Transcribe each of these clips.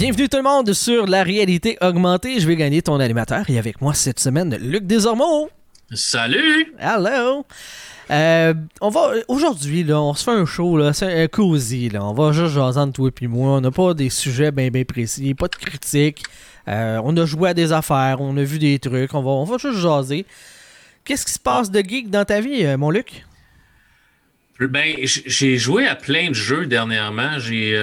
Bienvenue tout le monde sur la réalité augmentée. Je vais gagner ton animateur et avec moi cette semaine, Luc Desormeaux. Salut! Hello! On va aujourd'hui, là, on se fait un show, là, c'est un cozy, là. On va juste jaser entre toi et moi. On n'a pas des sujets bien précis, pas de critiques. On a joué à des affaires, on a vu des trucs. On va juste jaser. Qu'est-ce qui se passe de geek dans ta vie, mon Luc? Ben, j'ai joué à plein de jeux dernièrement. J'ai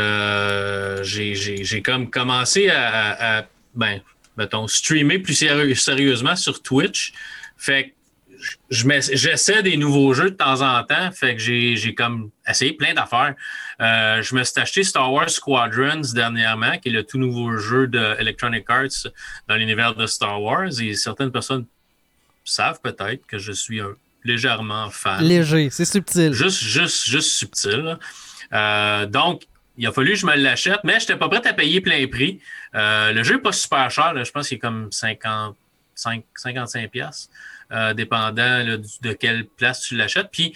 comme commencé à mettons, streamer plus sérieusement sur Twitch. Fait que j'essaie des nouveaux jeux de temps en temps. Fait que j'ai comme essayé plein d'affaires. Je me suis acheté Star Wars Squadrons dernièrement, qui est le tout nouveau jeu de Electronic Arts dans l'univers de Star Wars. Et certaines personnes savent peut-être que je suis légèrement fan. Léger, c'est subtil. Juste subtil. Donc, il a fallu que je me l'achète, mais je n'étais pas prêt à payer plein prix. Le jeu n'est pas super cher. Là. Je pense qu'il est comme 55$, dépendant là, de quelle place tu l'achètes. Puis,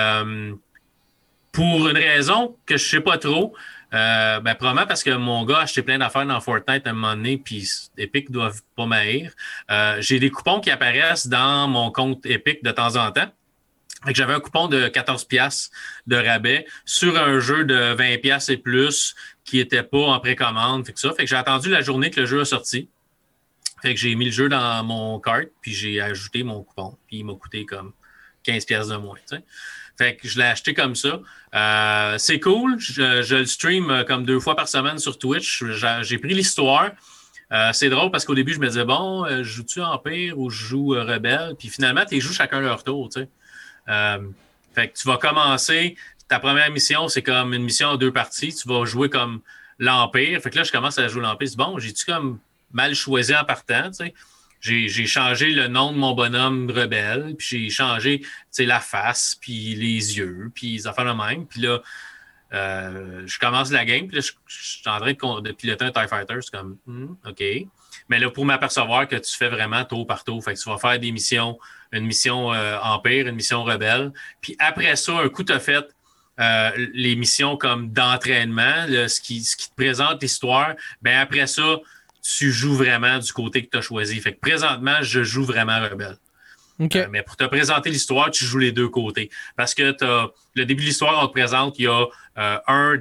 pour une raison que je ne sais pas trop, probablement parce que mon gars a acheté plein d'affaires dans Fortnite à un moment donné, puis Epic doivent pas m'haïr. J'ai des coupons qui apparaissent dans mon compte Epic de temps en temps. Fait que j'avais un coupon de 14$ de rabais sur un jeu de 20$ et plus qui était pas en précommande. Fait que j'ai attendu la journée que le jeu a sorti. Fait que j'ai mis le jeu dans mon cart, puis j'ai ajouté mon coupon. Puis il m'a coûté comme 15$ de moins. T'sais. Fait que je l'ai acheté comme ça. C'est cool. Je le stream comme 2 fois par semaine sur Twitch. J'ai pris l'histoire. C'est drôle parce qu'au début, je me disais, bon, je joue-tu Empire ou je joue Rebelle? Puis finalement, tu joues chacun leur tour. Tu sais. Fait que tu vas commencer. Ta première mission, c'est comme une mission en 2 parties. Tu vas jouer comme l'Empire. Fait que là, je commence à jouer l'Empire. C'est bon, j'ai-tu comme mal choisi en partant? Tu sais? J'ai changé le nom de mon bonhomme rebelle, puis j'ai changé la face, puis les yeux, puis les affaires de même. Puis là, je commence la game, puis là, je suis en train de piloter un TIE Fighter. C'est comme, OK. Mais là, pour m'apercevoir que tu fais vraiment tour par tour, fait que tu vas faire des missions, une mission Empire, une mission rebelle. Puis après ça, un coup, tu as fait les missions comme d'entraînement, là, ce qui te présente l'histoire. Ben après ça, tu joues vraiment du côté que tu as choisi. Fait que présentement, je joue vraiment rebelle. Okay. Mais pour te présenter l'histoire, tu joues les deux côtés. Parce que le début de l'histoire, on te présente, il y a un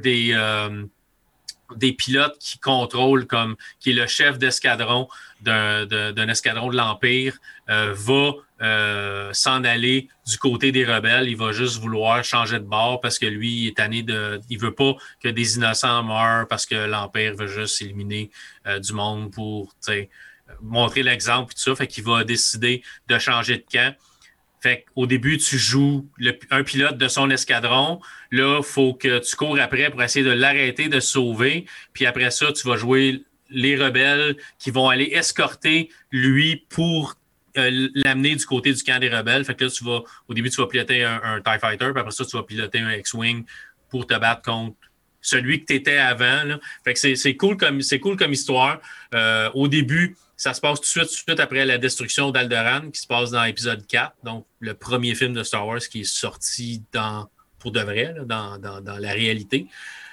des pilotes qui contrôle, qui est le chef d'escadron d'un escadron de l'Empire, va s'en aller du côté des rebelles. Il va juste vouloir changer de bord parce que lui, il est tanné il veut pas que des innocents meurent parce que l'Empire veut juste éliminer du monde pour montrer l'exemple et tout ça. Fait qu'il va décider de changer de camp. Fait qu'au début, tu joues un pilote de son escadron. Là, il faut que tu cours après pour essayer de l'arrêter, de se sauver. Puis après ça, tu vas jouer les rebelles qui vont aller escorter lui pour l'amener du côté du camp des rebelles. Fait que là, au début, tu vas piloter un TIE Fighter, puis après ça, tu vas piloter un X-Wing pour te battre contre celui que tu étais avant. Là. Fait que c'est cool comme histoire. Au début, ça se passe tout de suite après la destruction d'Alderaan, qui se passe dans l'épisode 4, donc le premier film de Star Wars qui est sorti pour de vrai, là, dans la réalité.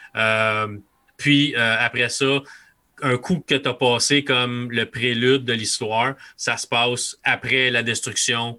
Puis après ça, un coup que tu as passé comme le prélude de l'histoire, ça se passe après la destruction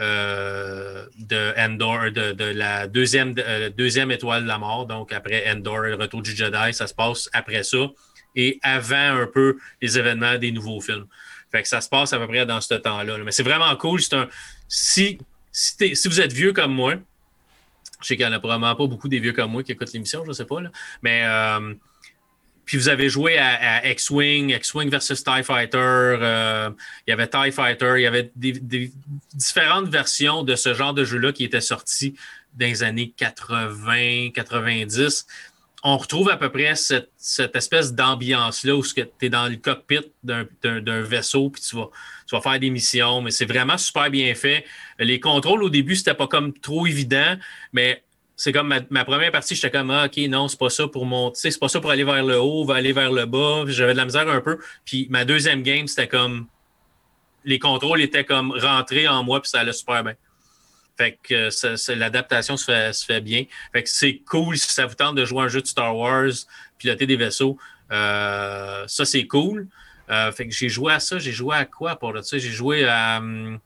de Endor, de la deuxième étoile de la mort, donc après Endor et le retour du Jedi, ça se passe après ça et avant un peu les événements des nouveaux films. Fait que ça se passe à peu près dans ce temps-là. Mais c'est vraiment cool. Si vous êtes vieux comme moi, je sais qu'il n'y en a probablement pas beaucoup des vieux comme moi qui écoutent l'émission, je ne sais pas, là, mais puis vous avez joué à X-Wing versus TIE Fighter, il y avait TIE Fighter, il y avait des différentes versions de ce genre de jeu-là qui étaient sortis dans les années 80-90. On retrouve à peu près cette espèce d'ambiance-là où tu es dans le cockpit d'un vaisseau puis tu vas faire des missions, mais c'est vraiment super bien fait. Les contrôles, au début, c'était pas comme trop évident, mais c'est comme ma première partie, j'étais comme OK, non, c'est pas ça pour monter, c'est pas ça pour aller vers le haut, aller vers le bas. Puis j'avais de la misère un peu. Puis ma deuxième game, c'était comme les contrôles étaient comme rentrés en moi, puis ça allait super bien. Fait que l'adaptation se fait bien. Fait que c'est cool si ça vous tente de jouer un jeu de Star Wars, piloter des vaisseaux. Ça, c'est cool. Fait que j'ai joué à ça. J'ai joué à quoi pour ça? J'ai joué à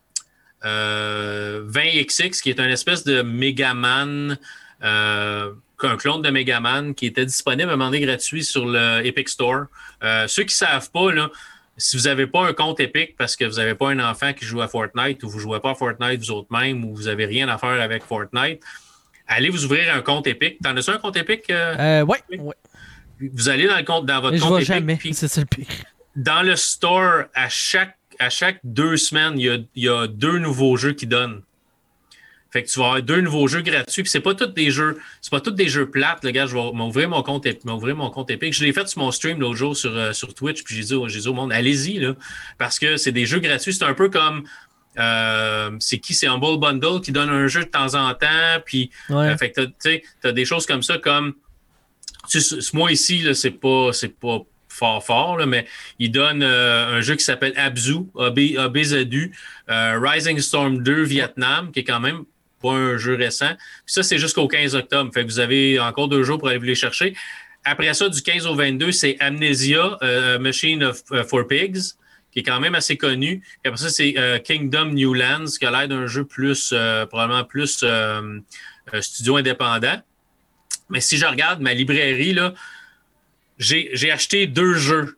20XX, qui est une espèce de Megaman, un clone de Megaman qui était disponible à un moment donné gratuit sur le Epic Store. Ceux qui ne savent pas, là, si vous n'avez pas un compte Epic parce que vous n'avez pas un enfant qui joue à Fortnite ou vous ne jouez pas à Fortnite vous autres même ou vous n'avez rien à faire avec Fortnite, allez vous ouvrir un compte Epic. T'en as-tu un compte Epic? Ouais. Vous allez dans votre je compte vois Epic. Jamais. Puis c'est ça le pire. dans le store, à chaque 2 semaines, il y a 2 nouveaux jeux qui donnent. Fait que tu vas avoir 2 nouveaux jeux gratuits. Puis c'est pas tous des jeux plates. Le gars, je vais m'ouvrir mon compte Epic. Je l'ai fait sur mon stream l'autre jour sur Twitch. Puis j'ai dit au monde, allez-y, là. Parce que c'est des jeux gratuits. C'est un peu comme c'est Humble Bundle qui donne un jeu de temps en temps. Puis fait que t'as des choses comme ça comme. Moi ici, là, c'est pas fort, là, mais il donne un jeu qui s'appelle Abzu, ABZU, Rising Storm 2 Vietnam, qui est quand même pas un jeu récent. Puis ça, c'est jusqu'au 15 octobre. Fait que vous avez encore 2 jours pour aller vous les chercher. Après ça, du 15 au 22, c'est Amnesia, Machine for Pigs, qui est quand même assez connu. Puis après ça, c'est Kingdom New Lands, qui a l'air d'un jeu probablement plus studio indépendant. Mais si je regarde ma librairie, là, j'ai acheté 2 jeux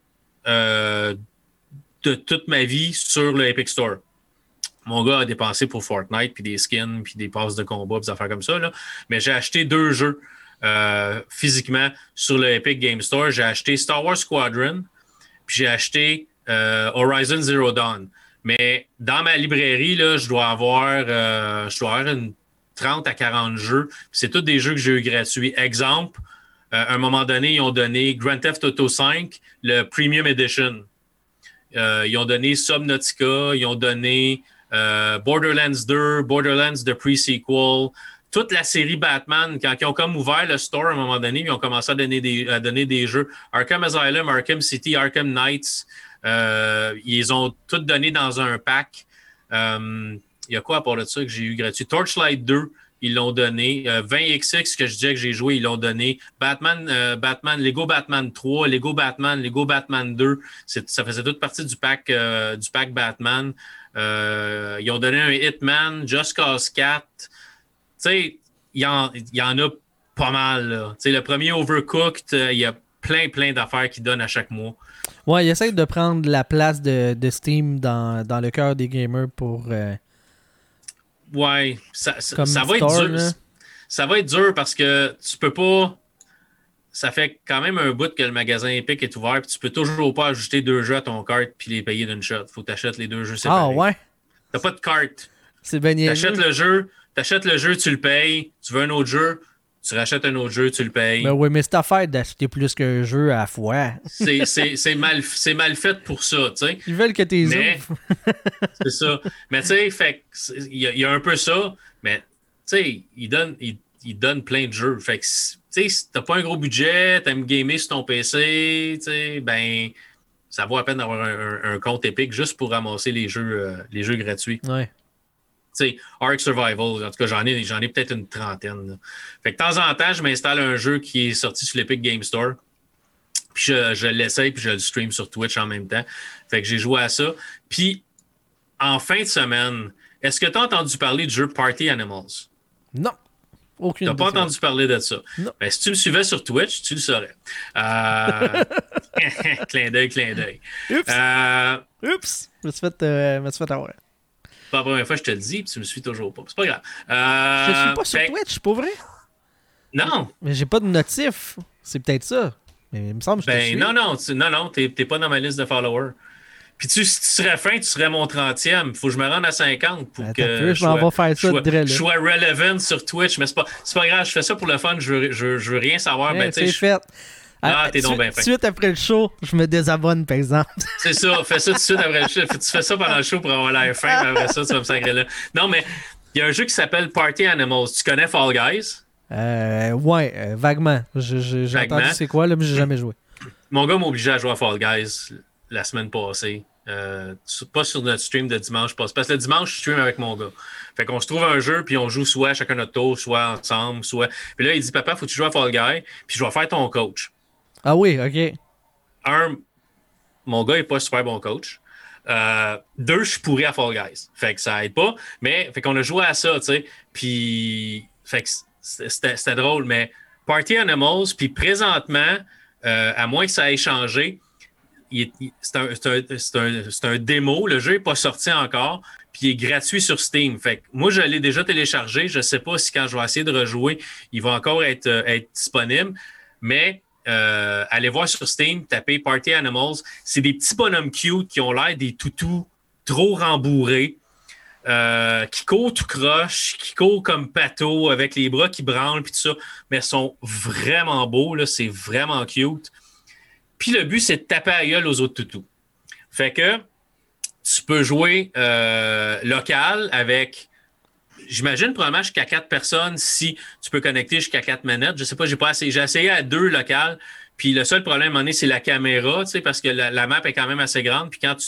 de toute ma vie sur le Epic Store. Mon gars a dépensé pour Fortnite, puis des skins, puis des passes de combat, puis des affaires comme ça. Là. Mais j'ai acheté 2 jeux physiquement sur le Epic Game Store. J'ai acheté Star Wars Squadron, puis j'ai acheté Horizon Zero Dawn. Mais dans ma librairie, là, je dois avoir une 30 à 40 jeux. C'est tous des jeux que j'ai eu gratuits. Exemple, à un moment donné, ils ont donné Grand Theft Auto 5, le Premium Edition. Ils ont donné Subnautica, ils ont donné Borderlands 2, Borderlands The Pre-Sequel, toute la série Batman. Quand ils ont comme ouvert le store à un moment donné, ils ont commencé à donner des jeux. Arkham Asylum, Arkham City, Arkham Knights, ils ont tout donné dans un pack. Il y a quoi à part de ça que j'ai eu gratuit? Torchlight 2, ils l'ont donné. 20XX, que je disais que j'ai joué, ils l'ont donné. Lego Batman 3, Lego Batman 2. Ça faisait toute partie du pack Batman. Ils ont donné un Hitman, Just Cause 4. Tu sais, il y en a pas mal. Là. Le premier Overcooked, il y a plein d'affaires qu'ils donnent à chaque mois. Ouais, ils essayent de prendre la place de Steam dans le cœur des gamers pour... Ouais, ça va être dur. Là. Ça va être dur parce que tu peux pas... Ça fait quand même un bout que le magasin Epic est ouvert, puis tu peux toujours pas ajouter 2 jeux à ton cart puis les payer d'une shot. Faut que tu achètes les 2 jeux séparés. Ah ouais? T'as pas de carte. C'est bien T'achètes le jeu, tu le payes. Tu veux un autre jeu, tu rachètes un autre jeu, tu le payes. Ben oui, mais c'est affaire d'acheter plus qu'un jeu à la fois. C'est mal fait pour ça, tu sais. Ils veulent que t'es ouvres. C'est ça. Mais tu sais, fait il y a un peu ça, mais tu sais, ils donnent plein de jeux. Fait que, tu sais, si t'as pas un gros budget, t'aimes gamer sur ton PC, tu sais, ben, ça vaut la peine d'avoir un compte Epic juste pour ramasser les jeux gratuits. Ouais. Tu sais, Ark Survival, en tout cas, j'en ai peut-être une trentaine. Là. Fait que de temps en temps, je m'installe un jeu qui est sorti sur l'Epic Game Store. Puis je l'essaye, puis je le stream sur Twitch en même temps. Fait que j'ai joué à ça. Puis, en fin de semaine, est-ce que tu as entendu parler du jeu Party Animals? Non. Aucune idée. T'as pas entendu parler de ça? Non. Ben, si tu me suivais sur Twitch, tu le saurais. Clin d'œil. Oups! Je me suis fait avoir. Pas la première fois que je te le dis, puis tu me suis toujours pas. C'est pas grave. Je suis pas sur Twitch, pour vrai? Non. Mais j'ai pas de notif. C'est peut-être ça. Mais il me semble que je te suis. Non, t'es pas dans ma liste de followers. Puis si tu serais fin, tu serais mon 30e. Faut que je me rende à 50 pour que je sois relevant sur Twitch. Mais c'est pas grave, je fais ça pour le fun. Je veux rien savoir. Ouais, c'est fait. Ah, t'es donc bien fin. Tout de suite après le show, je me désabonne, par exemple. C'est ça, fais ça tout de suite après le show. Tu fais ça pendant le show pour avoir l'air fin, mais après ça, tu vas me sacrer là. Non, mais il y a un jeu qui s'appelle Party Animals. Tu connais Fall Guys? Ouais, vaguement. J'ai entendu c'est quoi, là, mais j'ai jamais joué. Mon gars m'a obligé à jouer à Fall Guys la semaine passée. Pas sur notre stream de dimanche passé. Parce que le dimanche, je stream avec mon gars. Fait qu'on se trouve un jeu, puis on joue soit chacun notre tour, soit ensemble, soit... Puis là, il dit, papa, faut que tu joues à Fall Guys, puis je vais faire ton coach. Ah oui, OK. un, mon gars n'est pas un super bon coach. Deux, je suis pourri à Fall Guys. Fait que ça aide pas. Mais, fait qu'on a joué à ça, tu sais. Puis, fait que c'était drôle. Mais Party Animals, puis présentement, à moins que ça ait changé, c'est un démo. Le jeu n'est pas sorti encore. Puis il est gratuit sur Steam. Fait que moi, je l'ai déjà téléchargé. Je ne sais pas si quand je vais essayer de rejouer, il va encore être disponible. Mais allez voir sur Steam, tapez Party Animals. C'est des petits bonhommes cute qui ont l'air des toutous trop rembourrés, qui courent tout croche, qui courent comme pato avec les bras qui branlent puis tout ça. Mais sont vraiment beaux. Là, c'est vraiment cute. Puis le but, c'est de taper à la gueule aux autres toutous. Fait que tu peux jouer local avec, j'imagine, probablement jusqu'à 4 personnes si tu peux connecter jusqu'à 4 manettes. Je sais pas, j'ai essayé à 2 locales. Puis le seul problème, à un moment donné, c'est la caméra, tu sais, parce que la map est quand même assez grande. Puis quand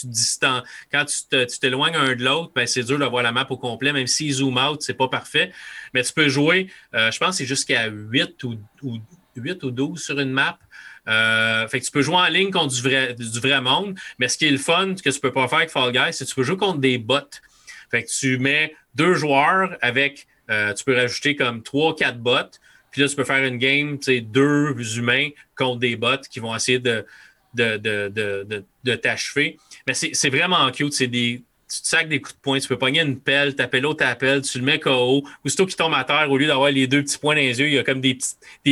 tu t'éloignes un de l'autre, ben, c'est dur de voir la map au complet. Même s'il zoom out, c'est pas parfait. Mais tu peux jouer, je pense que c'est jusqu'à 8 ou 12 sur une map. Fait que tu peux jouer en ligne contre du vrai monde, mais ce qui est le fun, que tu peux pas faire avec Fall Guys, c'est que tu peux jouer contre des bots. Fait que tu mets 2 joueurs avec, tu peux rajouter comme 3-4 bots, puis là, tu peux faire une game, tu sais, 2 humains contre des bots qui vont essayer de t'achever. Mais c'est vraiment cute, tu te sacs des coups de poing, tu peux pogner une pelle, taper l'autre à la pelle, tu le mets KO. Aussitôt qu'il tombe à terre, au lieu d'avoir les 2 petits points dans les yeux, il y a comme des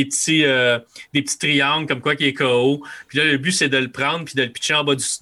petits triangles comme quoi qui est KO. Puis là, le but, c'est de le prendre puis de le pitcher en bas du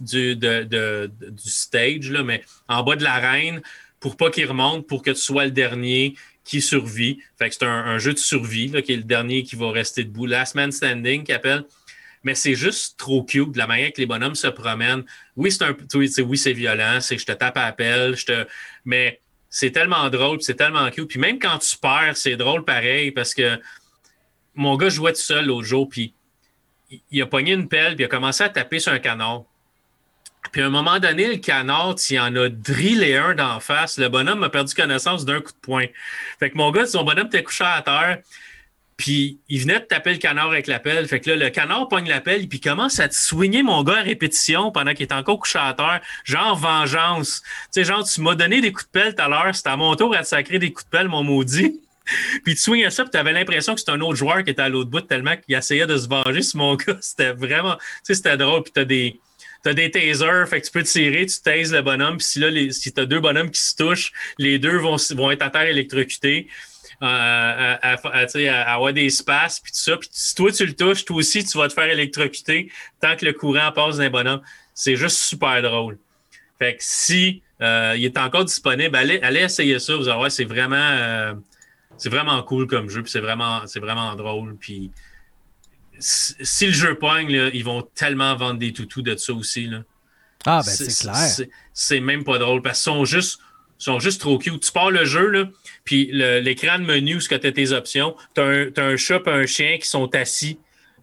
stage, là, mais en bas de l'arène pour pas qu'il remonte, pour que tu sois le dernier qui survit. Fait que c'est un jeu de survie, là, qui est le dernier qui va rester debout. Last Man Standing, qu'il appelle. Mais c'est juste trop cute, de la manière que les bonhommes se promènent. Oui, c'est violent, c'est que je te tape à la pelle, mais c'est tellement drôle, c'est tellement cute. Puis même quand tu perds, c'est drôle pareil, parce que mon gars jouait tout seul l'autre jour, puis il a pogné une pelle, puis il a commencé à taper sur un canard. Puis à un moment donné, le canard, il en a drillé un d'en face. Le bonhomme a perdu connaissance d'un coup de poing. Fait que mon gars, son bonhomme était couché à terre. Puis, il venait de taper le canard avec la pelle. Fait que là, le canard pogne la pelle, puis il commence à te soigner mon gars à répétition pendant qu'il est encore couché à terre. Genre vengeance. Tu sais, genre, tu m'as donné des coups de pelle tout à l'heure. C'était à mon tour à te sacrer des coups de pelle, mon maudit. Puis tu swingais ça, puis tu avais l'impression que c'était un autre joueur qui était à l'autre bout tellement qu'il essayait de se venger sur mon gars. C'était vraiment... Tu sais, c'était drôle. Puis t'as des tasers, fait que tu peux tirer, tu tases le bonhomme. Puis si t'as 2 bonhommes qui se touchent, les 2 vont être à terre électrocutés. À avoir des espaces, puis tout ça. Puis si toi, tu le touches, toi aussi, tu vas te faire électrocuter tant que le courant passe d'un bonhomme. C'est juste super drôle. Fait que si il est encore disponible, allez essayer ça. Vous allez voir, c'est vraiment cool comme jeu, puis c'est vraiment drôle. Puis si le jeu pogne, là, ils vont tellement vendre des toutous de ça aussi. Là. Ah, ben c'est clair. C'est même pas drôle, parce qu'ils sont juste trop cute. Tu pars le jeu, là, puis l'écran de menu, ce que tu as tes options, tu as un chat et un chien qui sont assis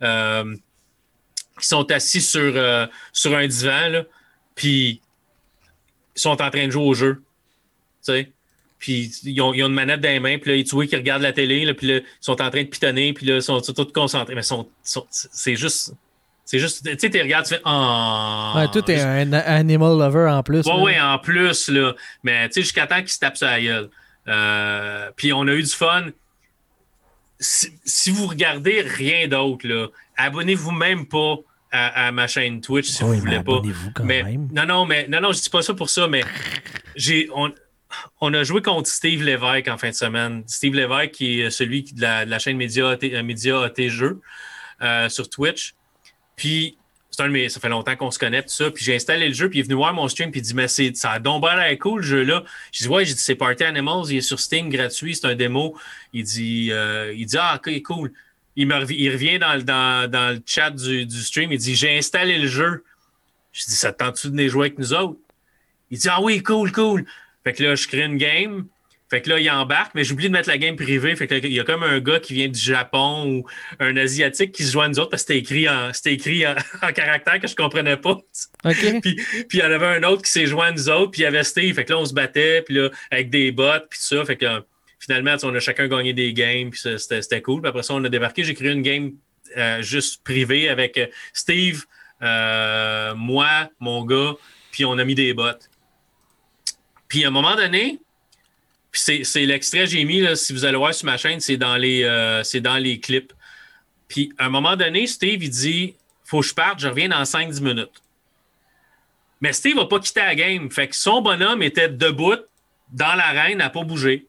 sur un divan, là, puis ils sont en train de jouer au jeu. Tu sais? Puis ils ont une manette dans les mains, puis là, tu vois qu'ils regardent la télé, là, puis là, ils sont en train de pitonner, puis là, ils sont tous concentrés. Mais c'est juste... Tu sais, tu regardes, tu fais... Oh, ouais, toi, t'es un animal lover en plus. Ouais, en plus, là. Mais tu sais, jusqu'à temps qu'ils se tapent sur la gueule. Puis on a eu du fun. Si vous regardez rien d'autre, là, abonnez-vous même pas à ma chaîne Twitch si vous voulez pas. Abonnez-vous quand même. Non, je dis pas ça pour ça, mais on a joué contre Steve Lévesque en fin de semaine. Steve Lévesque, qui est celui de la chaîne Média AT Jeux sur Twitch. Puis, ça fait longtemps qu'on se connaît, tout ça. Puis, j'ai installé le jeu, puis il est venu voir mon stream, puis il dit, mais ça a donc l'air cool, le jeu-là. J'ai dit, ouais, c'est Party Animals, il est sur Steam gratuit, c'est un démo. Il dit, ah, ok, cool. Il revient dans le chat du stream, il dit, j'ai installé le jeu. Je dis, ça te tente-tu de venir jouer avec nous autres? Il dit, ah oui, cool. Fait que là, je crée une game. Fait que là, il embarque, mais j'oublie de mettre la game privée. Fait que là, il y a comme un gars qui vient du Japon ou un Asiatique qui se joint à nous autres parce que c'était écrit en caractère que je comprenais pas. OK. Puis il y en avait un autre qui s'est joint à nous autres, puis il y avait Steve. Fait que là, on se battait, puis là, avec des bots, puis tout ça. Fait que finalement, on a chacun gagné des games, puis c'était cool. Puis après ça, on a débarqué. J'ai créé une game juste privée avec Steve, moi, mon gars, puis on a mis des bottes. Puis à un moment donné, puis c'est l'extrait que j'ai mis, là, si vous allez voir sur ma chaîne, c'est dans les clips. Puis à un moment donné, Steve, il dit « Faut que je parte, je reviens dans 5-10 minutes. » Mais Steve va pas quitter la game. Fait que son bonhomme était debout dans l'arène, n'a pas bougé.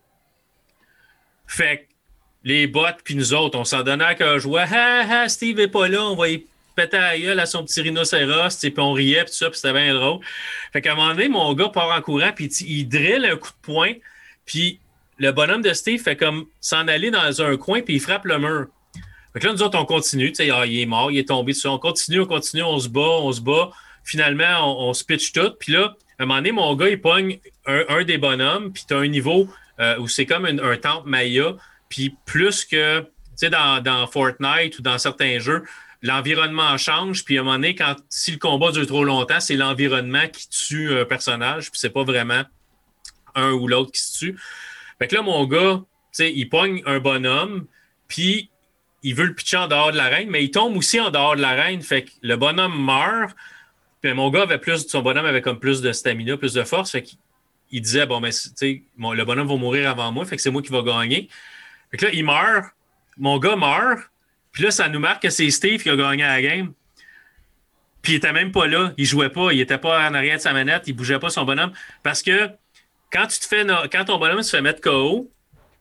Fait que les bots puis nous autres, on s'en donnait à cœur joie. Ha, ha, Steve est pas là, on va y péter à la gueule à son petit rhinocéros, puis on riait, puis tout ça, puis c'était bien drôle. Fait qu'à un moment donné, mon gars part en courant, puis il drille un coup de poing, puis le bonhomme de Steve fait comme s'en aller dans un coin, puis il frappe le mur. Fait que là, nous autres, on continue, tu sais, il est mort, il est tombé dessus. On continue, on se bat. Finalement, on se pitch tout. Puis là, à un moment donné, mon gars, il pogne un des bonhommes, puis tu as un niveau où c'est comme un temple Maya. Puis plus que, tu sais, dans Fortnite ou dans certains jeux, l'environnement change. Puis à un moment donné, si le combat dure trop longtemps, c'est l'environnement qui tue un personnage. Puis c'est pas vraiment un ou l'autre qui se tue. Fait que là, mon gars, tu sais, il pogne un bonhomme, puis il veut le pitcher en dehors de l'arène, mais il tombe aussi en dehors de l'arène. Fait que le bonhomme meurt. Puis mon gars son bonhomme avait comme plus de stamina, plus de force. Fait qu'il disait, bon, mais tu sais, le bonhomme va mourir avant moi, fait que c'est moi qui va gagner. Fait que là, il meurt. Mon gars meurt. Puis là, ça nous marque que c'est Steve qui a gagné la game. Puis il était même pas là. Il jouait pas. Il était pas en arrière de sa manette. Il bougeait pas son bonhomme. Parce que quand ton bonhomme se fait mettre KO,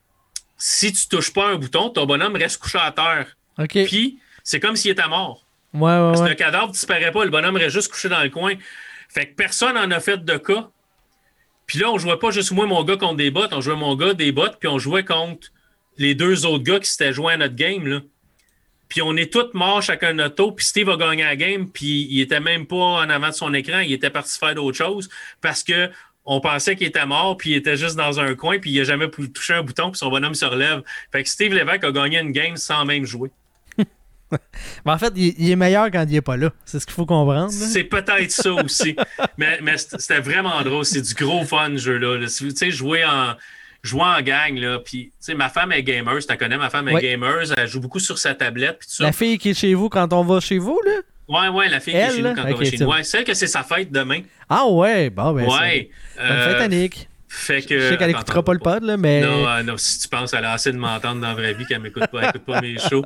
si tu touches pas un bouton, ton bonhomme reste couché à terre. OK. Puis c'est comme s'il était mort. Ouais. Parce que le cadavre disparaît pas, le bonhomme reste juste couché dans le coin. Fait que personne n'en a fait de cas. Puis là, on jouait pas juste moi et mon gars contre des bots, on jouait mon gars, des bots, puis on jouait contre les deux autres gars qui s'étaient joints à notre game, là. Puis on est tous morts chacun de notre tour, puis Steve a gagné la game, puis il était même pas en avant de son écran, il était parti faire d'autres choses parce que on pensait qu'il était mort, puis il était juste dans un coin, puis il a jamais pu toucher un bouton, puis son bonhomme se relève. Fait que Steve Lévesque a gagné une game sans même jouer. Ben, en fait, il est meilleur quand il est pas là. C'est ce qu'il faut comprendre. Là. C'est peut-être ça aussi. mais c'était vraiment drôle. C'est du gros fun, ce jeu-là. Tu sais, jouer en gang, là. Puis, tu sais, ma femme est gamer. Tu la connais, ma femme est gamer. Elle joue beaucoup sur sa tablette. Puis tout ça. La fille qui est chez vous quand on va chez vous, là? Ouais, la fille qui est chez nous quand on va chez nous. Ouais, celle que c'est sa fête demain. Ah ouais, bon, ben ouais. Bonne fête, Annick. Fait que, je sais qu'elle n'écoutera pas le pod, là, mais... Non, si tu penses, elle a assez de m'entendre dans la vraie vie qu'elle m'écoute pas, elle écoute pas mes shows.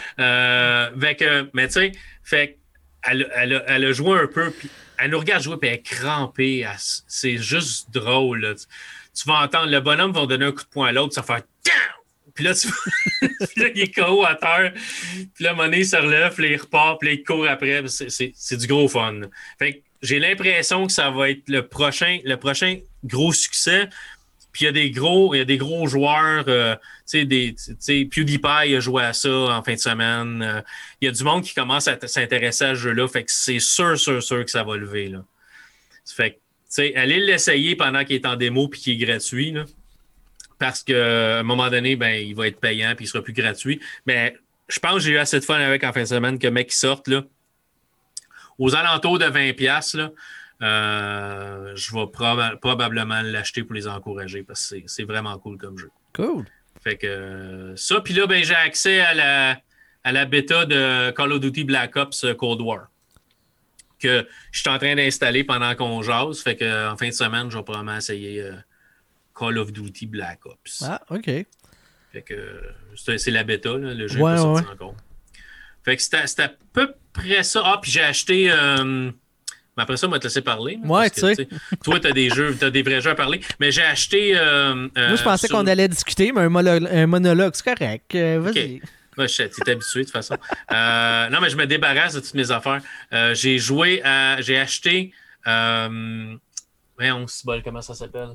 Mais tu sais, fait elle a joué un peu, puis elle nous regarde jouer, puis elle est crampée. C'est juste drôle, là. Tu vas entendre, le bonhomme va donner un coup de poing à l'autre, ça va faire... Puis là, puis là, il est KO à terre. Puis là, à un moment donné, il se relève, puis là, il repart, puis là, il court après. C'est du gros fun. Fait que j'ai l'impression que ça va être le prochain gros succès. Puis il y a des gros joueurs, tu sais, PewDiePie a joué à ça en fin de semaine. Il y a du monde qui commence à s'intéresser à ce jeu-là. Fait que c'est sûr que ça va lever, là. Fait que, tu sais, allez l'essayer pendant qu'il est en démo puis qu'il est gratuit, là. Parce qu'à un moment donné, ben, il va être payant puis il sera plus gratuit. Mais je pense que j'ai eu assez de fun avec en fin de semaine que mec qui sorte, là. Aux alentours de 20$, là, je vais probablement l'acheter pour les encourager parce que c'est vraiment cool comme jeu. Cool. Fait que ça, puis là, ben, j'ai accès à la bêta de Call of Duty Black Ops Cold War que je suis en train d'installer pendant qu'on jase. Fait que en fin de semaine, je vais probablement essayer Call of Duty Black Ops. Ah, OK. Fait que c'est la bêta, là, le jeu n'est pas sorti encore. Fait que c'était à peu près ça. Ah, puis j'ai acheté... mais après ça, on va te laisser parler. Là, ouais, tu sais. Toi, t'as des vrais jeux à parler. Mais j'ai acheté... Moi, je pensais qu'on allait discuter, mais un monologue, c'est correct. Vas-y. Okay. Ouais, t'es habitué de toute façon. Non, mais je me débarrasse de toutes mes affaires. J'ai acheté... comment ça s'appelle?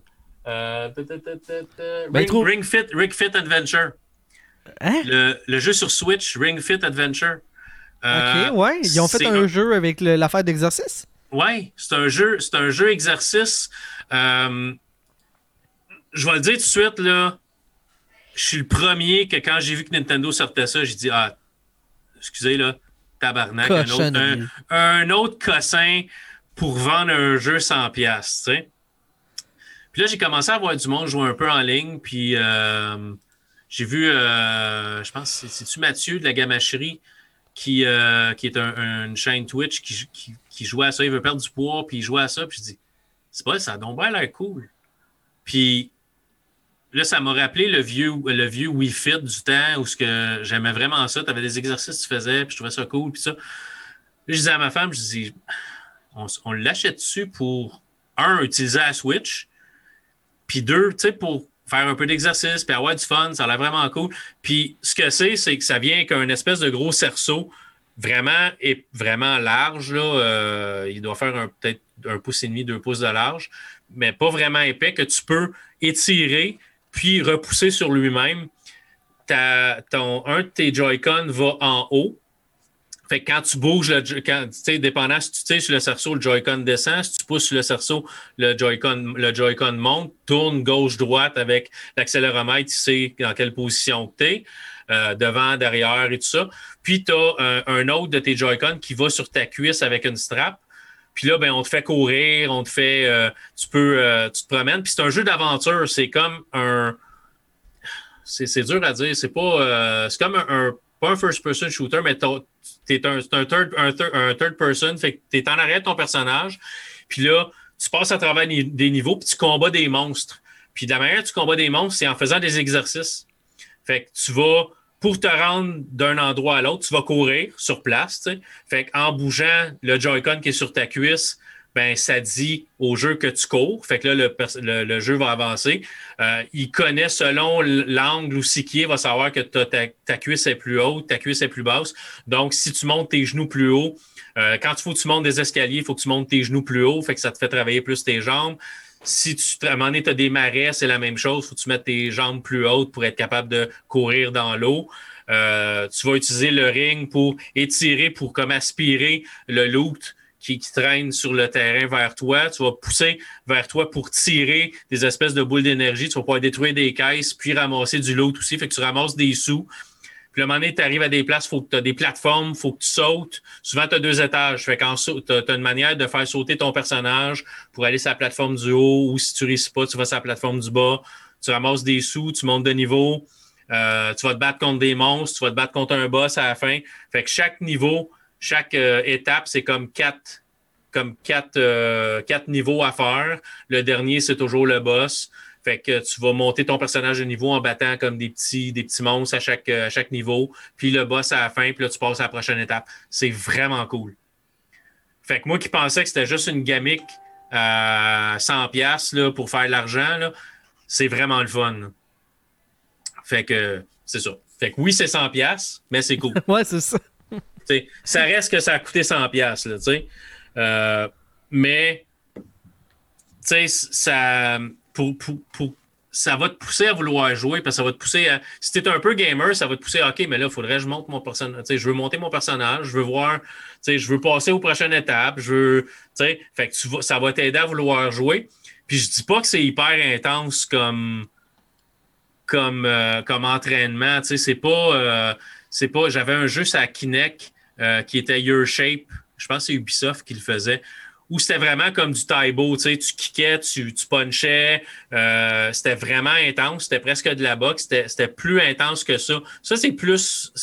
Ring Fit Adventure. Hein? Le jeu sur Switch, Ring Fit Adventure. OK, ouais. Ils ont fait un jeu avec l'affaire d'exercice? Ouais, c'est un jeu exercice. Je vais le dire tout de suite, là. Je suis le premier que quand j'ai vu que Nintendo sortait ça, j'ai dit, excusez, là, tabarnak, un autre cossin pour vendre un jeu 100$, tu sais. Puis là, j'ai commencé à voir du monde jouer un peu en ligne, puis j'ai vu, je pense, c'est-tu Mathieu de la Gamacherie qui est une chaîne Twitch qui jouait à ça. Il veut perdre du poids, puis il jouait à ça. Puis je dis, c'est pas, ça a donc bien l'air cool. Puis là, ça m'a rappelé le vieux Wii Fit du temps où ce que j'aimais vraiment ça. Tu avais des exercices que tu faisais, puis je trouvais ça cool, puis ça. Là, je disais à ma femme, je dis, on l'achète dessus pour, un, utiliser la Switch, puis deux, tu sais, pour faire un peu d'exercice, puis avoir du fun, ça a l'air vraiment cool. Puis ce que c'est que ça vient avec un espèce de gros cerceau vraiment large. Là, il doit faire peut-être 1,5 pouce, 2 pouces de large, mais pas vraiment épais, que tu peux étirer, puis repousser sur lui-même. Un de tes Joy-Con va en haut. Fait que quand tu bouges, dépendant si tu tires sur le cerceau, le Joy-Con descend. Si tu pousses sur le cerceau, le Joy-Con monte, tourne gauche-droite avec l'accéléromètre, tu sais dans quelle position tu es, devant, derrière et tout ça. Puis tu as un autre de tes Joy-Con qui va sur ta cuisse avec une strap. Puis là, ben, on te fait courir, on te fait... tu te promènes. Puis c'est un jeu d'aventure. C'est comme un... C'est dur à dire. C'est pas... c'est comme pas un first-person shooter, mais c'est un third person. Fait que t'es en arrière de ton personnage. Puis là, tu passes à travers des niveaux, puis tu combats des monstres. Puis de la manière que tu combats des monstres, c'est en faisant des exercices. Fait que tu vas... Pour te rendre d'un endroit à l'autre, tu vas courir sur place. T'sais. Fait qu'en bougeant le Joy-Con qui est sur ta cuisse, ben ça dit au jeu que tu cours. Fait que là, le jeu va avancer. Il connaît selon l'angle où c'est qui est, va savoir que ta cuisse est plus haute, ta cuisse est plus basse. Donc, si tu montes tes genoux plus haut, quand il faut que tu montes des escaliers, il faut que tu montes tes genoux plus haut. Fait que ça te fait travailler plus tes jambes. Si à un moment donné, tu as des marais, c'est la même chose. Il faut que tu mettes tes jambes plus hautes pour être capable de courir dans l'eau. Tu vas utiliser le ring pour étirer, pour comme aspirer le loot qui traîne sur le terrain vers toi. Tu vas pousser vers toi pour tirer des espèces de boules d'énergie. Tu vas pouvoir détruire des caisses, puis ramasser du loot aussi. Fait que tu ramasses des sous. Puis à un moment donné, tu arrives à des places, faut que tu as des plateformes, faut que tu sautes. Souvent, tu as 2 étages. Fait qu'en tu as une manière de faire sauter ton personnage pour aller sur la plateforme du haut, ou si tu réussis pas, tu vas sur la plateforme du bas. Tu ramasses des sous, tu montes de niveau. Tu vas te battre contre des monstres, tu vas te battre contre un boss à la fin. Fait que chaque niveau, chaque étape, c'est comme quatre niveaux à faire. Le dernier, c'est toujours le boss. Fait que tu vas monter ton personnage de niveau en battant comme des petits monstres à chaque niveau. Puis le boss à la fin, puis là, tu passes à la prochaine étape. C'est vraiment cool. Fait que moi qui pensais que c'était juste une gimmick à 100$ là, pour faire de l'argent, là, c'est vraiment le fun. Là. Fait que c'est ça. Fait que oui, c'est 100$, mais c'est cool. Ouais, c'est ça. T'sais, ça reste que ça a coûté 100$. Là, mais ça... ça va te pousser à vouloir jouer, parce que ça va te pousser à... Si t'es un peu gamer, ça va te pousser à OK, mais là, il faudrait que je monte mon personnage. Je veux monter mon personnage, je veux voir, je veux passer aux prochaines étapes, fait que ça va t'aider à vouloir jouer. Puis je dis pas que c'est hyper intense comme entraînement. C'est pas... J'avais un jeu sur la Kinect qui était Your Shape. Je pense que c'est Ubisoft qui le faisait. Où c'était vraiment comme du Taibo, tu kickais, tu punchais, c'était vraiment intense, c'était presque de la boxe, c'était plus intense que ça. Ça, c'est plus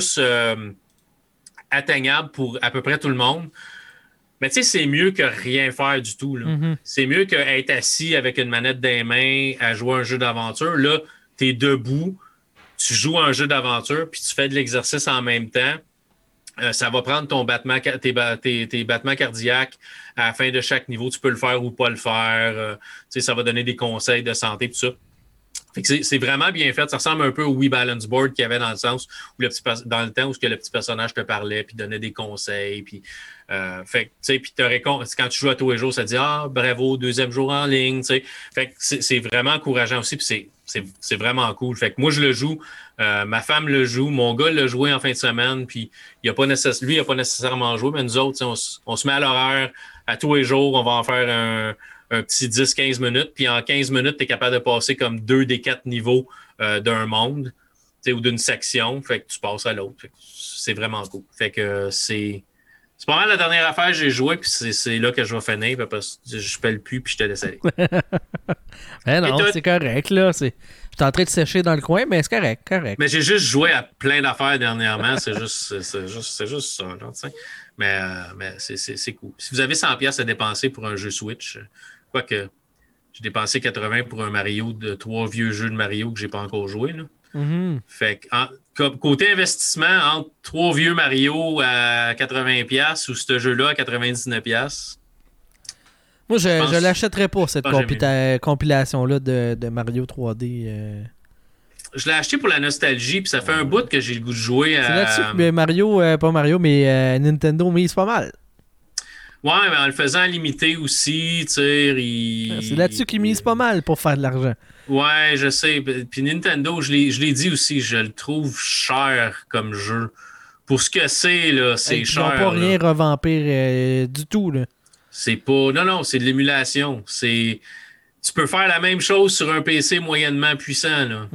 atteignable pour à peu près tout le monde. Mais tu sais, c'est mieux que rien faire du tout. Là. Mm-hmm. C'est mieux qu'être assis avec une manette dans les mains à jouer à un jeu d'aventure. Là, tu es debout, tu joues à un jeu d'aventure, puis tu fais de l'exercice en même temps. Ça va prendre tes battements cardiaques à la fin de chaque niveau. Tu peux le faire ou pas le faire. Ça va donner des conseils de santé, tout ça. Fait que c'est vraiment bien fait. Ça ressemble un peu au Wii Balance Board qu'il y avait dans le sens où dans le temps où le petit personnage te parlait puis donnait des conseils. Puis, puis quand tu joues à tous les jours, ça te dit bravo, 2e jour en ligne. T'sais. Fait que c'est vraiment encourageant aussi. Puis c'est vraiment cool. Fait que moi, je le joue. Ma femme le joue. Mon gars l'a joué en fin de semaine. Puis lui, il n'a pas nécessairement joué, mais nous autres, on se met à l'horaire à tous les jours. On va en faire un petit 10-15 minutes, puis en 15 minutes, tu es capable de passer comme 2 des 4 niveaux d'un monde, ou d'une section, fait que tu passes à l'autre. C'est vraiment cool. Fait que c'est C'est pas mal la dernière affaire que j'ai joué, puis c'est là que je vais finir, puis parce que je pèle plus, puis je te laisse aller. Non, c'est correct, là. Je suis en train de sécher dans le coin, mais c'est correct. Mais j'ai juste joué à plein d'affaires dernièrement, c'est juste ça, là, tu sais. Mais c'est cool. Si vous avez 100$ à dépenser pour un jeu Switch, quoique j'ai dépensé 80$ pour un Mario de 3 vieux jeux de Mario que j'ai pas encore joué, là. Mm-hmm. Fait que, côté investissement, entre 3 vieux Mario à 80$ ou ce jeu-là à 99$. Moi, je l'achèterais pas, cette compilation-là de Mario 3D. Je l'ai acheté pour la nostalgie, puis ça fait un bout que j'ai le goût de jouer à... C'est là-dessus que Mario, pas Mario, mais Nintendo mise pas mal. Ouais, mais en le faisant limité aussi, tu sais, c'est là-dessus qu'ils misent pas mal pour faire de l'argent. Ouais, je sais. Puis Nintendo, je l'ai dit aussi, je le trouve cher comme jeu. Pour ce que c'est, là, c'est cher. Ils n'ont pas rien revampir du tout, là. C'est pas... Non, c'est de l'émulation. Tu peux faire la même chose sur un PC moyennement puissant, là.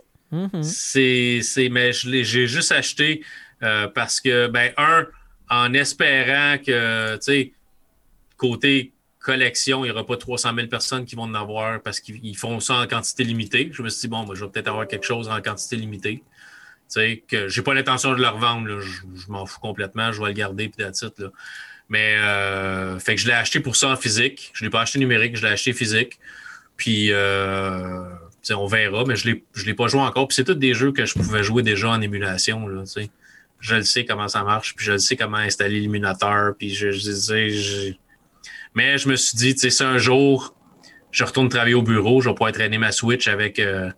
Mais j'ai juste acheté parce que, en espérant que, tu sais, côté collection, il n'y aura pas 300 000 personnes qui vont en avoir parce qu'ils font ça en quantité limitée. Je me suis dit, je vais peut-être avoir quelque chose en quantité limitée. Tu sais, que j'ai pas l'intention de le revendre. Là. Je m'en fous complètement. Je vais le garder puis that's it, là. Mais, fait que je l'ai acheté pour ça en physique. Je ne l'ai pas acheté numérique, je l'ai acheté physique. Puis, on verra, mais je l'ai pas joué encore. Puis c'est tous des jeux que je pouvais jouer déjà en émulation, là, tu sais. Je le sais comment ça marche, puis je le sais comment installer l'émulateur, puis Mais je me suis dit, tu sais, si un jour, je retourne travailler au bureau, je vais pouvoir traîner ma Switch avec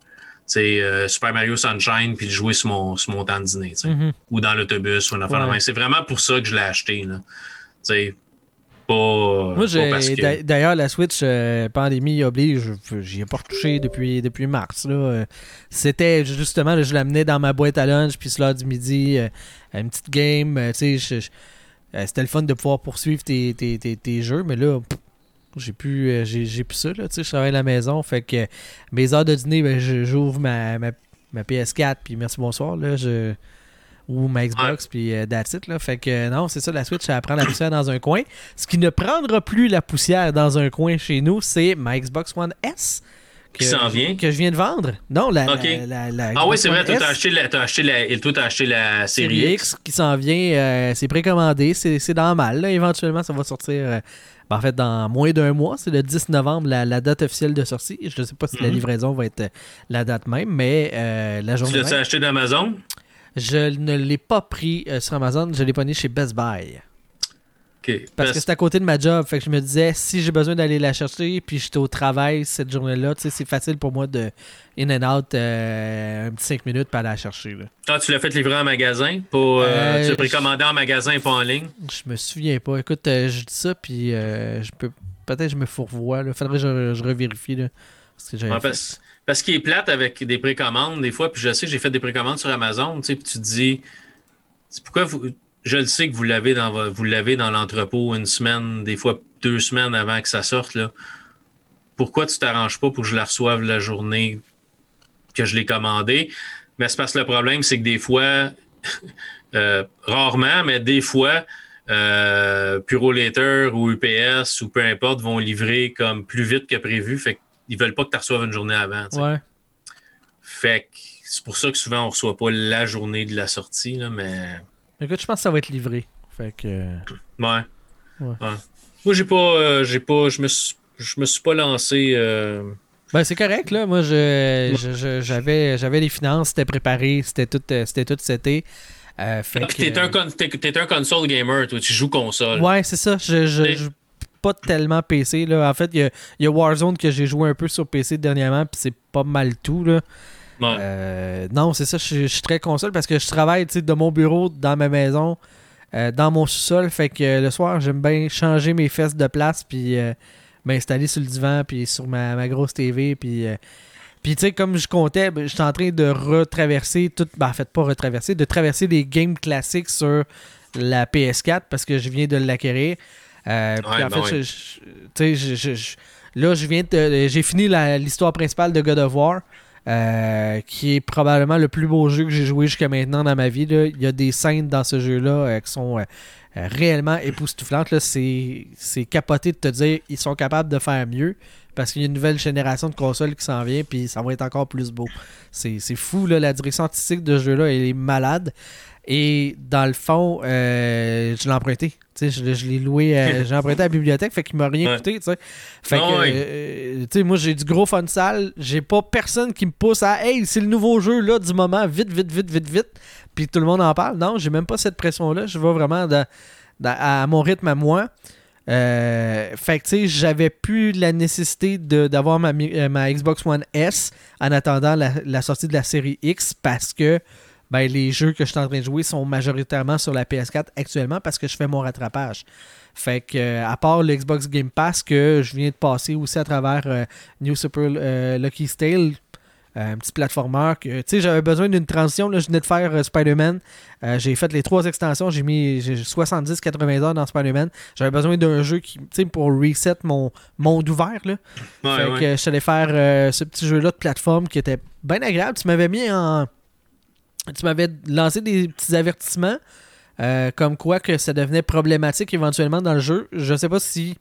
Super Mario Sunshine puis jouer sur mon temps de dîner, ou dans l'autobus, ou une affaire de même. C'est vraiment pour ça que je l'ai acheté, là. Tu sais, pas parce que... D'ailleurs, la Switch, pandémie oblige, j'y ai pas retouché depuis mars, là. C'était justement, là, je l'amenais dans ma boîte à lunch, puis c'est l'heure du midi, une petite game, tu sais, c'était le fun de pouvoir poursuivre tes jeux, mais là, j'ai plus ça, là, tu sais, je travaille à la maison, fait que mes heures de dîner, j'ouvre ma PS4, puis merci, bonsoir, là, ou ma Xbox, puis that's it, là, fait que non, c'est ça, la Switch, ça prend la poussière dans un coin. Ce qui ne prendra plus la poussière dans un coin chez nous, c'est ma Xbox One S, qui s'en vient. Que je viens de vendre. Non, la oui, c'est vrai, toi, t'as acheté la série X. Qui s'en vient, c'est précommandé, c'est dans mal. Là. Éventuellement, ça va sortir, en fait, dans moins d'un mois. C'est le 10 novembre, la date officielle de sortie. Je ne sais pas si la livraison va être la date même, mais la journée. Tu l'as acheté d'Amazon? Je ne l'ai pas pris sur Amazon, je l'ai pogné chez Best Buy. Okay. Parce que c'est à côté de ma job, fait que je me disais, si j'ai besoin d'aller la chercher, puis j'étais au travail cette journée-là, tu sais, c'est facile pour moi de in and out un petit 5 minutes pour aller la chercher. Là. Ah, tu l'as fait livrer en magasin? Tu l'as précommandé en magasin, pas en ligne? Je me souviens pas. Écoute, je dis ça, puis peut-être je me fourvoie. Là. Faudrait que je revérifie. Là, parce qu'il est plate avec des précommandes, des fois, puis je sais que j'ai fait des précommandes sur Amazon, tu sais, puis tu te dis, c'est pourquoi je le sais que vous l'avez dans l'entrepôt une semaine, des fois 2 semaines avant que ça sorte, là. Pourquoi tu t'arranges pas pour que je la reçoive la journée que je l'ai commandée? Mais c'est parce que le problème, c'est que des fois, rarement, mais des fois, Purolator ou UPS ou peu importe vont livrer comme plus vite que prévu. Fait qu'ils veulent pas que tu reçoives une journée avant. T'sais. Ouais. Fait que c'est pour ça que souvent on reçoit pas la journée de la sortie, là, mais. Écoute, je pense que ça va être livré. Fait que. Ouais. Moi, je me suis pas lancé. Ben, c'est correct, là. Moi, j'avais les finances, c'était préparé, c'était tout seté. T'es un console gamer, toi, tu joues console. Ouais, c'est ça. Je joue pas tellement PC, là. En fait, il y a Warzone que j'ai joué un peu sur PC dernièrement, puis c'est pas mal tout, là. Ouais. Non, c'est ça, je suis très console parce que je travaille de mon bureau dans ma maison, dans mon sous-sol. Fait que le soir, j'aime bien changer mes fesses de place puis m'installer sur le divan puis sur ma grosse TV. Puis tu sais, comme je comptais, j'étais en train de retraverser de traverser les games classiques sur la PS4 parce que je viens de l'acquérir. Puis en fait, là, j'ai fini l'histoire principale de God of War. qui est probablement le plus beau jeu que j'ai joué jusqu'à maintenant dans ma vie. Là. Il y a des scènes dans ce jeu-là qui sont réellement époustouflantes. Là. C'est capoté de te dire ils sont capables de faire mieux parce qu'il y a une nouvelle génération de consoles qui s'en vient puis ça va être encore plus beau. C'est fou, là, la direction artistique de ce jeu-là, elle est malade. Et dans le fond, je l'ai emprunté. Je l'ai loué, j'ai emprunté à la bibliothèque, fait qu'il m'a rien coûté. T'sais. Fait que, moi, j'ai du gros fun sale. J'ai pas personne qui me pousse à hey, c'est le nouveau jeu là du moment, vite. Puis tout le monde en parle. Non, j'ai même pas cette pression-là. Je vais vraiment à mon rythme à moi. Fait que, tu sais, j'avais plus la nécessité d'avoir ma Xbox One S en attendant la sortie de la série X parce que les jeux que je suis en train de jouer sont majoritairement sur la PS4 actuellement parce que je fais mon rattrapage. Fait que, à part le Xbox Game Pass que je viens de passer aussi à travers New Super Lucky's Tale, un petit platformer que, tu sais, j'avais besoin d'une transition. Là, je venais de faire Spider-Man. J'ai fait les 3 extensions. J'ai mis 70-80 heures dans Spider-Man. J'avais besoin d'un jeu qui, tu sais, pour reset mon monde ouvert. Là. Fait que je suis allé faire ce petit jeu-là de plateforme qui était bien agréable. Tu m'avais lancé des petits avertissements comme quoi que ça devenait problématique éventuellement dans le jeu. Je sais pas si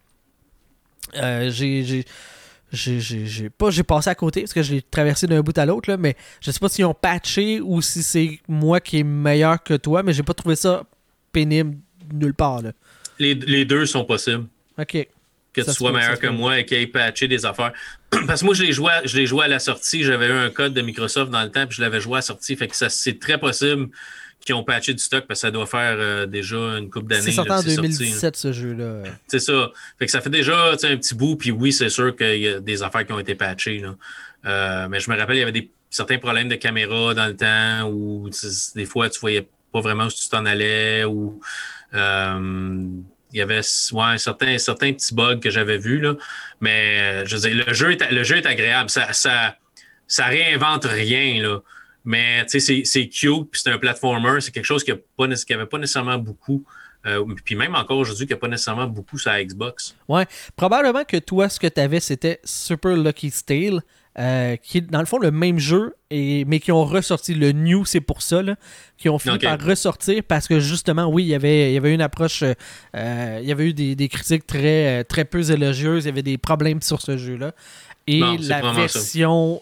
j'ai passé à côté parce que je l'ai traversé d'un bout à l'autre, là, mais je sais pas s'ils ont patché ou si c'est moi qui est meilleur que toi, mais j'ai pas trouvé ça pénible nulle part. Là. Les deux sont possibles. OK. Que tu sois meilleur que moi et qu'il ait patché des affaires. Parce que moi, je l'ai joué à la sortie. J'avais eu un code de Microsoft dans le temps, puis je l'avais joué à la sortie. Fait que c'est très possible qu'ils ont patché du stock parce que ça doit faire déjà une couple d'années. C'est sorti en 2017, ce jeu-là. C'est ça. Fait que ça fait déjà un petit bout, puis oui, c'est sûr qu'il y a des affaires qui ont été patchées. Là. Mais je me rappelle, il y avait certains problèmes de caméra dans le temps où des fois, tu voyais pas vraiment où tu t'en allais ou... il y avait certains petis bugs que j'avais vus, là. Mais je veux dire, le jeu est agréable. Ça réinvente rien, là. Mais c'est cute, puis c'est un platformer. C'est quelque chose qui n'avait pas nécessairement beaucoup. Puis même encore aujourd'hui, qui n'a pas nécessairement beaucoup sur la Xbox. Ouais, probablement que toi, ce que tu avais, c'était Super Lucky's Tale. Qui est dans le fond le même jeu, mais qui ont ressorti le new, c'est pour ça, là, qui ont fini par ressortir parce que justement, oui, il y avait une approche, il y avait eu des critiques très, très peu élogieuses, il y avait des problèmes sur ce jeu-là. Et la version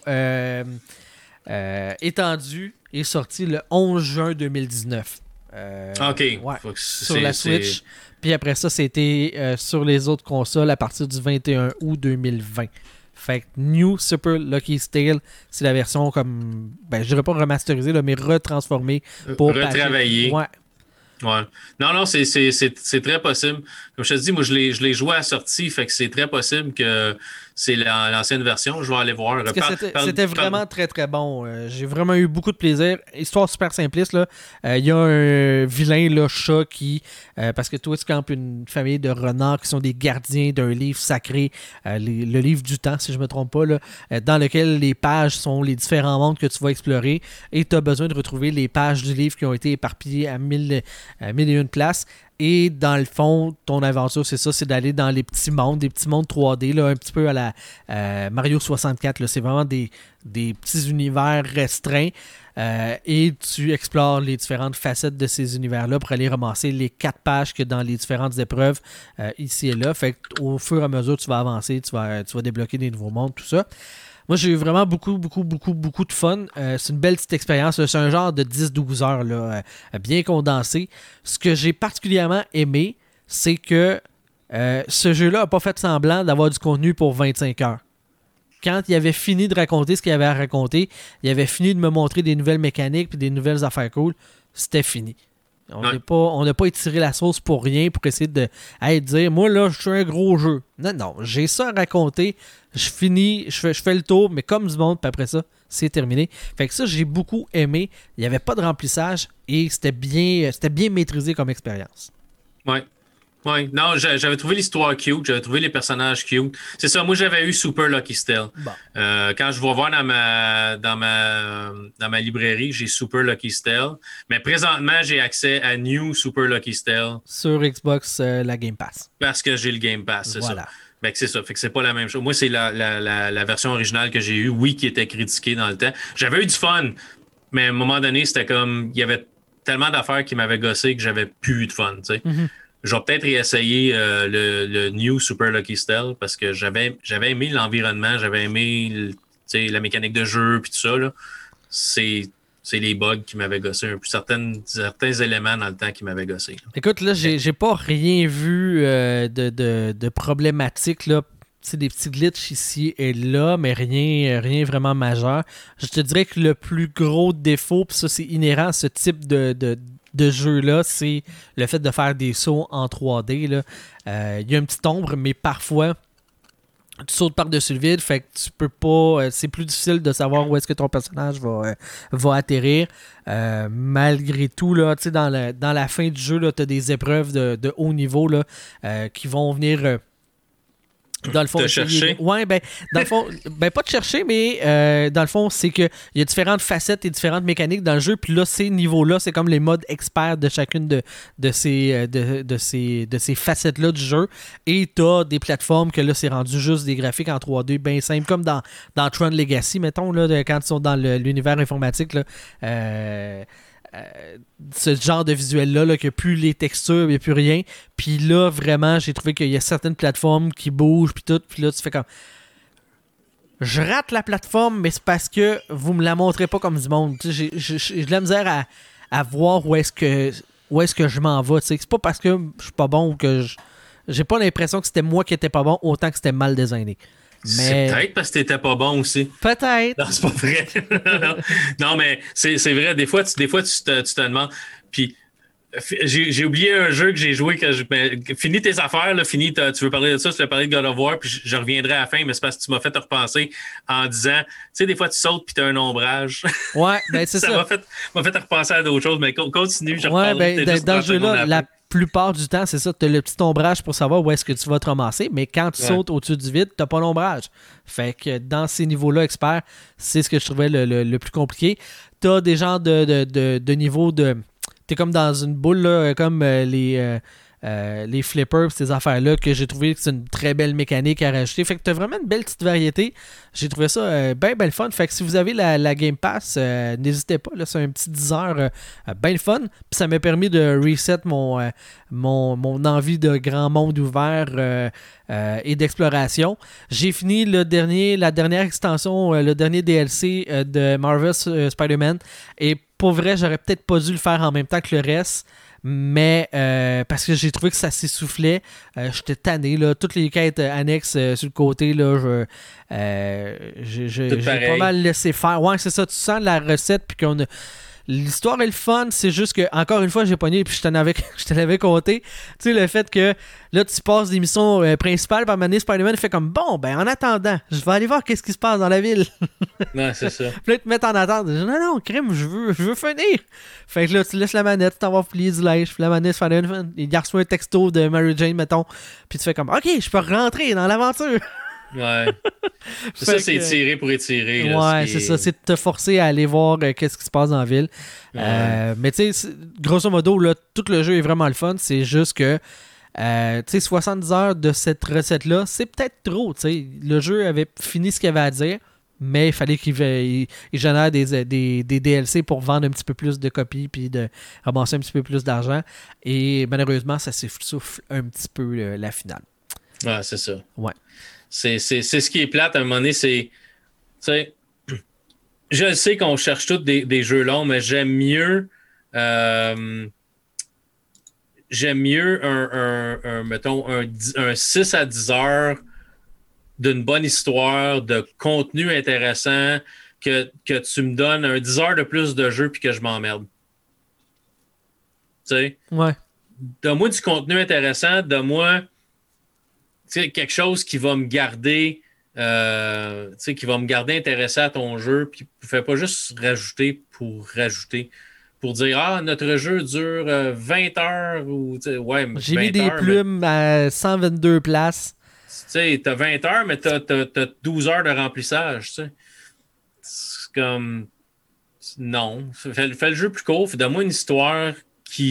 étendue est sortie le 11 juin 2019. Sur la Switch. Puis après ça, c'était sur les autres consoles à partir du 21 août 2020. Fait que New Super Lucky's Tale, c'est la version comme, je dirais pas remasterisée, là, mais retransformée pour retravailler. Ouais. Non, c'est très possible. Comme je te dis, moi, je l'ai joué à la sortie, fait que c'est très possible que c'est l'ancienne version. Je vais aller voir. C'était vraiment très, très bon. J'ai vraiment eu beaucoup de plaisir. Histoire super simpliste, là. Il y a un vilain, là, chat qui... parce que toi, tu campes une famille de renards qui sont des gardiens d'un livre sacré, le livre du temps, si je ne me trompe pas, là, dans lequel les pages sont les différents mondes que tu vas explorer et tu as besoin de retrouver les pages du livre qui ont été éparpillées à 1001 places. Et dans le fond, ton aventure, c'est ça, c'est d'aller dans les petits mondes, des petits mondes 3D, là, un petit peu à la Mario 64. Là. C'est vraiment des petits univers restreints. Et tu explores les différentes facettes de ces univers-là pour aller ramasser les 4 pages que dans les différentes épreuves ici et là. Fait qu'au fur et à mesure, tu vas avancer, tu vas débloquer des nouveaux mondes, tout ça. Moi, j'ai eu vraiment beaucoup de fun. C'est une belle petite expérience. C'est un genre de 10-12 heures là, bien condensé. Ce que j'ai particulièrement aimé, c'est que ce jeu-là n'a pas fait semblant d'avoir du contenu pour 25 heures. Quand il avait fini de raconter ce qu'il avait à raconter, il avait fini de me montrer des nouvelles mécaniques et des nouvelles affaires cool, c'était fini. On n'a pas étiré la sauce pour rien pour essayer de dire moi là je suis un gros jeu. Non, j'ai ça à raconter, je finis, je fais le tour, mais comme du monde, puis après ça, c'est terminé. Fait que ça, j'ai beaucoup aimé. Il n'y avait pas de remplissage et c'était bien maîtrisé comme expérience. Oui, non, j'avais trouvé l'histoire cute, j'avais trouvé les personnages cute. C'est ça, moi j'avais eu Super Lucky's Tale. Bon. Quand je vais voir dans ma librairie, j'ai Super Lucky's Tale. Mais présentement, j'ai accès à New Super Lucky's Tale. Sur Xbox, la Game Pass. Parce que j'ai le Game Pass, c'est ça. Ben, c'est ça. Fait que c'est pas la même chose. Moi, c'est la version originale que j'ai eue, oui, qui était critiquée dans le temps. J'avais eu du fun, mais à un moment donné, c'était comme. Il y avait tellement d'affaires qui m'avaient gossé que j'avais plus eu de fun, tu sais. Mhm. Je vais peut-être réessayer le New Super Lucky Stell parce que j'avais aimé l'environnement, j'avais aimé tu sais, la mécanique de jeu puis tout ça. Là. C'est les bugs qui m'avaient gossé un peu. Certains éléments dans le temps qui m'avaient gossé. Là. Écoute, là, j'ai pas rien vu de problématique, là. C'est des petits glitches ici et là, mais rien vraiment majeur. Je te dirais que le plus gros défaut, puis ça, c'est inhérent à ce type de jeu-là, c'est le fait de faire des sauts en 3D. Là. Il y a une petite ombre, mais parfois, tu sautes par-dessus le vide, fait que tu peux pas. C'est plus difficile de savoir où est-ce que ton personnage va atterrir. Malgré tout, là, dans la fin du jeu, tu as des épreuves de haut niveau là, qui vont venir. Dans le fond, te chercher? Ouais, ben, dans le fond, pas de chercher, mais dans le fond, c'est que il y a différentes facettes et différentes mécaniques dans le jeu. Puis là, ces niveaux-là, c'est comme les modes experts de chacune de ces facettes-là du jeu. Et t'as des plateformes que là, c'est rendu juste des graphiques en 3D bien simples, comme dans Tron Legacy, mettons, là, quand ils sont dans l'univers informatique, là. Ce genre de visuel-là, qu'il n'y a plus les textures, il n'y a plus rien. Puis là, vraiment, j'ai trouvé qu'il y a certaines plateformes qui bougent, puis tout. Puis là, tu fais comme... Je rate la plateforme, mais c'est parce que vous me la montrez pas comme du monde. J'ai de la misère à voir où est-ce que je m'en vais. C'est pas parce que je suis pas bon ou que j'ai pas l'impression que c'était moi qui étais pas bon autant que c'était mal designé. C'est peut-être parce que t'étais pas bon aussi. Peut-être. Non, c'est pas vrai. non, mais c'est vrai. Des fois, tu te demandes. Puis, j'ai oublié un jeu que j'ai joué. Finis tes affaires, là, tu veux parler de ça, tu veux parler de God of War, puis je reviendrai à la fin, mais c'est parce que tu m'as fait te repenser en disant, tu sais, des fois, tu sautes puis tu as un ombrage. Ouais, ben c'est ça. Ça m'a fait te repenser à d'autres choses, mais continue. Ouais, ben, dans ce jeu-là, la plupart du temps, c'est ça, tu as le petit ombrage pour savoir où est-ce que tu vas te ramasser, mais quand tu sautes au-dessus du vide, tu n'as pas l'ombrage. Fait que dans ces niveaux-là, experts, c'est ce que je trouvais le plus compliqué. Tu as des genres de niveaux de... T'es comme dans une boule, là, comme les flippers, ces affaires-là, que j'ai trouvé que c'est une très belle mécanique à rajouter. Fait que t'as vraiment une belle petite variété. J'ai trouvé ça bien fun. Fait que si vous avez la Game Pass, n'hésitez pas. Là, c'est un petit 10 heures bien fun. Puis ça m'a permis de reset mon envie de grand monde ouvert et d'exploration. J'ai fini la dernière extension, le dernier DLC de Marvel's Spider-Man. Et pour vrai, j'aurais peut-être pas dû le faire en même temps que le reste. Mais parce que j'ai trouvé que ça s'essoufflait, j'étais tanné là, toutes les quêtes annexes sur le côté là, j'ai pas mal laissé faire. Ouais, c'est ça, tu sens la recette puis qu'on a... L'histoire est le fun, c'est juste que, encore une fois, j'ai pogné et puis je te l'avais compté. Tu sais, le fait que là, tu passes des missions principales, par moment Spider-Man fait comme bon, ben en attendant, je vais aller voir qu'est-ce qui se passe dans la ville. Non, c'est ça. Puis là, te mettre en attente. Non, crime, je veux finir. Fait que là, tu laisses la manette, tu t'en vas plier du linge, puis la manette, il reçoit un texto de Mary Jane, mettons, puis tu fais comme ok, je peux rentrer dans l'aventure. Ouais. C'est tirer pour étirer. Là, ouais, c'est ça. C'est de te forcer à aller voir qu'est-ce qui se passe dans la ville. Ouais. Mais tu sais, grosso modo, là, tout le jeu est vraiment le fun. C'est juste que, tu sais, 70 heures de cette recette-là, c'est peut-être trop. Tu sais, le jeu avait fini ce qu'il avait à dire, mais il fallait qu'il génère des DLC pour vendre un petit peu plus de copies puis de ramasser un petit peu plus d'argent. Et malheureusement, ça s'essouffle un petit peu la finale. Ah, c'est ça. Ouais. C'est ce qui est plate à un moment donné, c'est. Tu sais, je sais qu'on cherche tous des jeux longs, mais j'aime mieux. Mettons, un 6 à 10 heures d'une bonne histoire, de contenu intéressant, que tu me donnes un 10 heures de plus de jeu puis que je m'emmerde. Tu sais? Ouais. Donne-moi du contenu intéressant, donne-moi. Quelque chose qui va me garder intéressé à ton jeu, puis fais pas juste rajouter pour rajouter, pour dire notre jeu dure 20 heures ou ouais, j'ai mis des plumes à 122 places. Tu sais, t'as 20 heures, mais t'as 12 heures de remplissage, tu sais. C'est comme non. Fais le jeu plus court, donne-moi une histoire que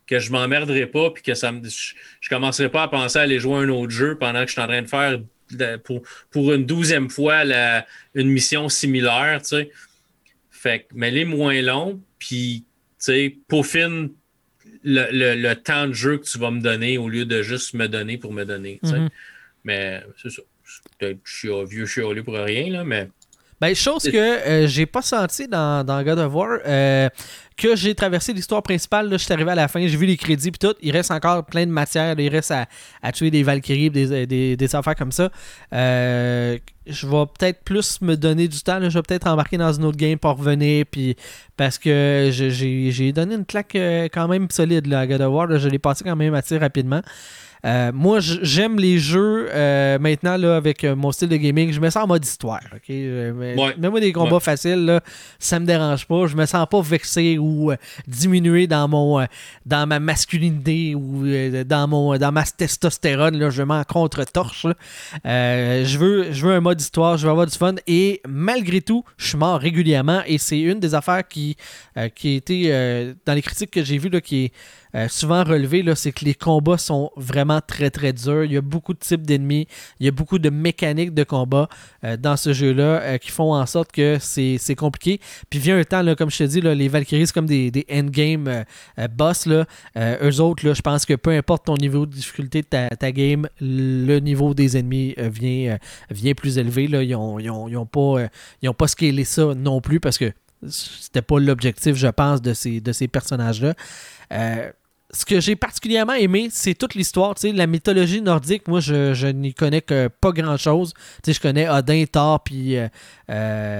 que je m'emmerderai pas puis que je commencerai pas à penser à aller jouer à un autre jeu pendant que je suis en train de faire pour une 12e fois une mission similaire, tu sais. Fait que, mais les moins longs, puis, tu sais, peaufine le temps de jeu que tu vas me donner au lieu de juste me donner pour me donner, tu sais. Mm-hmm. Mais c'est ça. Peut-être que je suis vieux chialé pour rien, là, mais... Ben, chose que j'ai pas senti dans God of War, que j'ai traversé l'histoire principale, là, je suis arrivé à la fin, j'ai vu les crédits et tout, il reste encore plein de matière, là, il reste à tuer des Valkyries, des affaires comme ça. Je vais peut-être plus me donner du temps, là, je vais peut-être embarquer dans une autre game pour revenir, puis parce que j'ai donné une claque quand même solide là, à God of War, là, je l'ai passé quand même assez rapidement. Moi, j'aime les jeux maintenant là, avec mon style de gaming. Je me sens en mode histoire. Okay? Même des combats faciles, là, ça me dérange pas. Je me sens pas vexé ou diminué dans ma masculinité ou dans ma testostérone. Là, je m'en contre-torche. Je veux un mode histoire. Je veux avoir du fun. Et malgré tout, je suis mort régulièrement. Et c'est une des affaires qui a été dans les critiques que j'ai vues là, qui est souvent relevé, là, c'est que les combats sont vraiment très très durs. Il y a beaucoup de types d'ennemis, il y a beaucoup de mécaniques de combat dans ce jeu-là qui font en sorte que c'est compliqué. Puis vient un temps, là, comme je te dis, là, les Valkyries, c'est comme des endgame boss. Là. Eux autres, là, je pense que peu importe ton niveau de difficulté de ta game, le niveau des ennemis vient plus élevé. Là. Ils ont pas scalé ça non plus parce que c'était pas l'objectif, je pense, de ces personnages-là. Ce que j'ai particulièrement aimé, c'est toute l'histoire. Tu sais, la mythologie nordique, moi, je n'y connais que pas grand-chose. Tu sais, je connais Odin, Thor, puis le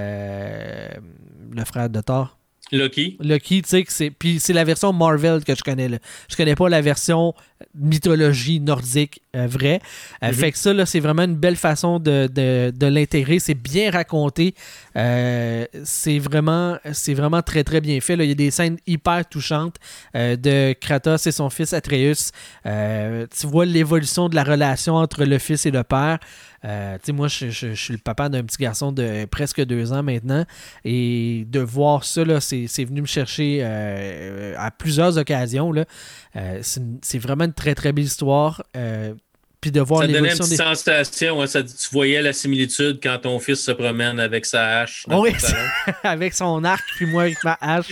frère de Thor. Loki, tu sais, puis c'est la version Marvel que je connais. Là. Je connais pas la version mythologie nordique vraie. Fait que ça, là, c'est vraiment une belle façon de l'intégrer. C'est bien raconté. C'est vraiment très, très bien fait. Là. Il y a des scènes hyper touchantes de Kratos et son fils Atreus. Tu vois l'évolution de la relation entre le fils et le père. Moi, je suis le papa d'un petit garçon de presque 2 ans maintenant. Et de voir ça, là, c'est venu me chercher à plusieurs occasions. Là. C'est vraiment une très, très belle histoire. Puis de voir ça donnait une l'évolution petite sensation. Hein, tu voyais la similitude quand ton fils se promène avec sa hache. Oui, avec son arc, puis moi avec ma hache.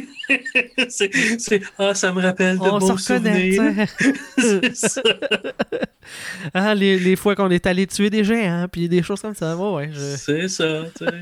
Ça me rappelle de beaux souvenirs. C'est ça. Les fois qu'on est allé tuer des géants, puis des choses comme ça. C'est ça.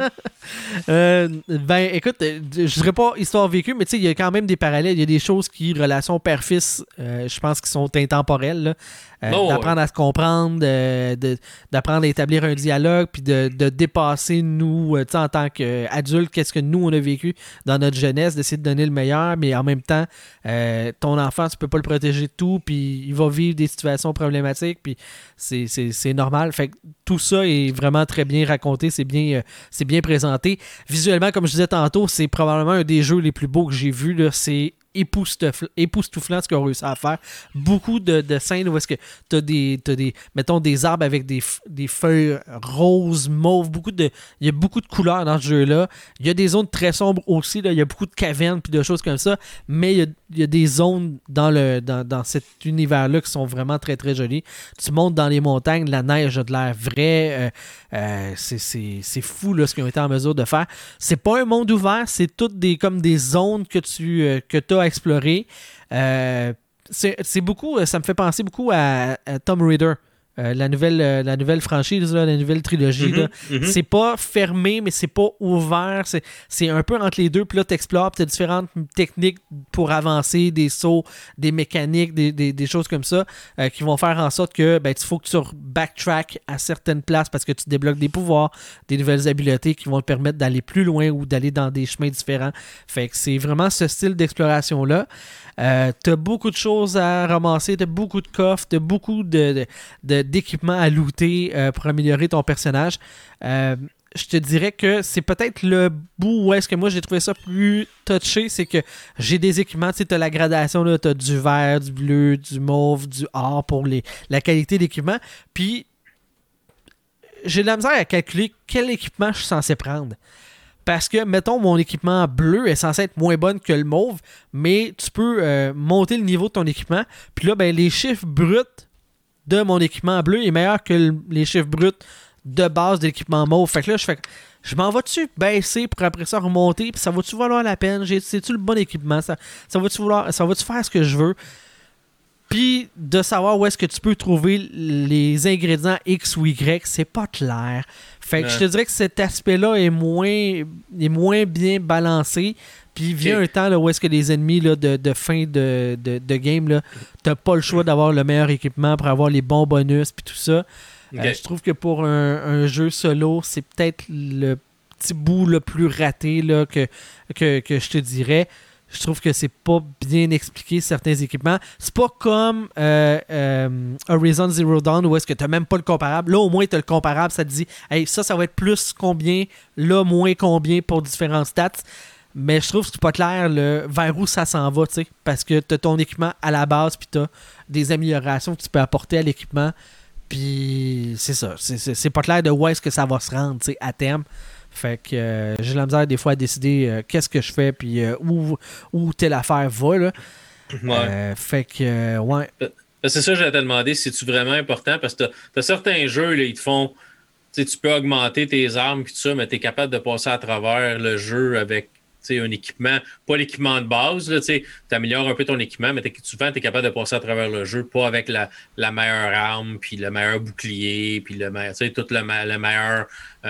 Écoute, je dirais pas histoire vécue, mais tu sais, il y a quand même des parallèles. Il y a des choses relation père-fils, je pense, qui sont intemporelles. Là. D'apprendre à se comprendre, d'apprendre à établir un dialogue, puis de dépasser nous, en tant qu'adultes, qu'est-ce que nous, on a vécu dans notre jeunesse, d'essayer de donner le meilleur, mais en même temps, ton enfant, tu peux pas le protéger de tout, puis il va vivre des situations problématiques, puis c'est normal. Fait que tout ça est vraiment très bien raconté, c'est bien présenté. Visuellement, comme je disais tantôt, c'est probablement un des jeux les plus beaux que j'ai vus, là. C'est époustouflant ce qu'ils ont réussi à faire. Beaucoup de scènes où est-ce que t'as des arbres avec des feuilles roses, mauves, il y a beaucoup de couleurs dans ce jeu-là. Il y a des zones très sombres aussi, là. Il y a beaucoup de cavernes puis de choses comme ça, mais il y a des zones dans cet univers-là qui sont vraiment très très jolies. Tu montes dans les montagnes, la neige a de l'air vrai. C'est fou là, ce qu'ils ont été en mesure de faire. C'est pas un monde ouvert, c'est toutes comme des zones que tu as exploré. C'est beaucoup, ça me fait penser beaucoup à Tomb Raider. La nouvelle franchise, là, la nouvelle trilogie. Là. C'est pas fermé, mais c'est pas ouvert. C'est un peu entre les deux. Puis là, tu explores, tu as différentes techniques pour avancer, des sauts, des mécaniques, des choses comme ça qui vont faire en sorte que il faut que tu backtrack à certaines places parce que tu débloques des pouvoirs, des nouvelles habiletés qui vont te permettre d'aller plus loin ou d'aller dans des chemins différents. Fait que c'est vraiment ce style d'exploration-là. T'as beaucoup de choses à ramasser, t'as beaucoup de coffres, t'as beaucoup d'équipements à looter pour améliorer ton personnage. Je te dirais que c'est peut-être le bout où est-ce que moi j'ai trouvé ça plus touché, c'est que j'ai des équipements, tu sais, t'as la gradation, là, t'as du vert, du bleu, du mauve, du or pour la qualité d'équipement, puis j'ai de la misère à calculer quel équipement je suis censé prendre. Parce que, mettons, mon équipement bleu est censé être moins bon que le mauve, mais tu peux monter le niveau de ton équipement. Puis là, ben, les chiffres bruts de mon équipement bleu est meilleur que les chiffres bruts de base de l'équipement mauve. Fait que là, je m'en vas-tu baisser pour après ça remonter, puis ça va-tu valoir la peine? C'est-tu le bon équipement? Ça va-tu faire ce que je veux? Puis de savoir où est-ce que tu peux trouver les ingrédients X ou Y, c'est pas clair. Fait que je te dirais que cet aspect-là est moins bien balancé. Puis vient un temps là, où est-ce que les ennemis là, de fin de game, là, t'as pas le choix d'avoir le meilleur équipement pour avoir les bons bonus puis tout ça. Je trouve que pour un jeu solo, c'est peut-être le petit bout le plus raté là, que je te dirais. Je trouve que c'est pas bien expliqué certains équipements. C'est pas comme Horizon Zero Dawn où est-ce que t'as même pas le comparable. Là, au moins, t'as le comparable. Ça te dit, hey, ça va être plus combien, là, moins combien pour différents stats. Mais je trouve que c'est pas clair vers où ça s'en va, tu sais. Parce que t'as ton équipement à la base, puis t'as des améliorations que tu peux apporter à l'équipement. Puis c'est ça. C'est pas clair de où est-ce que ça va se rendre, tu sais, à terme. Fait que j'ai la misère des fois à décider qu'est-ce que je fais puis où telle affaire va là. Ouais. Fait que ouais. C'est ça que j'allais te demander, c'est-tu vraiment important? Parce que t'as certains jeux, là, ils te font. Tu peux augmenter tes armes et tout ça, mais tu es capable de passer à travers le jeu avec un équipement, pas l'équipement de base. Tu améliores un peu ton équipement, mais souvent tu es capable de passer à travers le jeu, pas avec la meilleure arme, puis le meilleur bouclier, puis toute la meilleure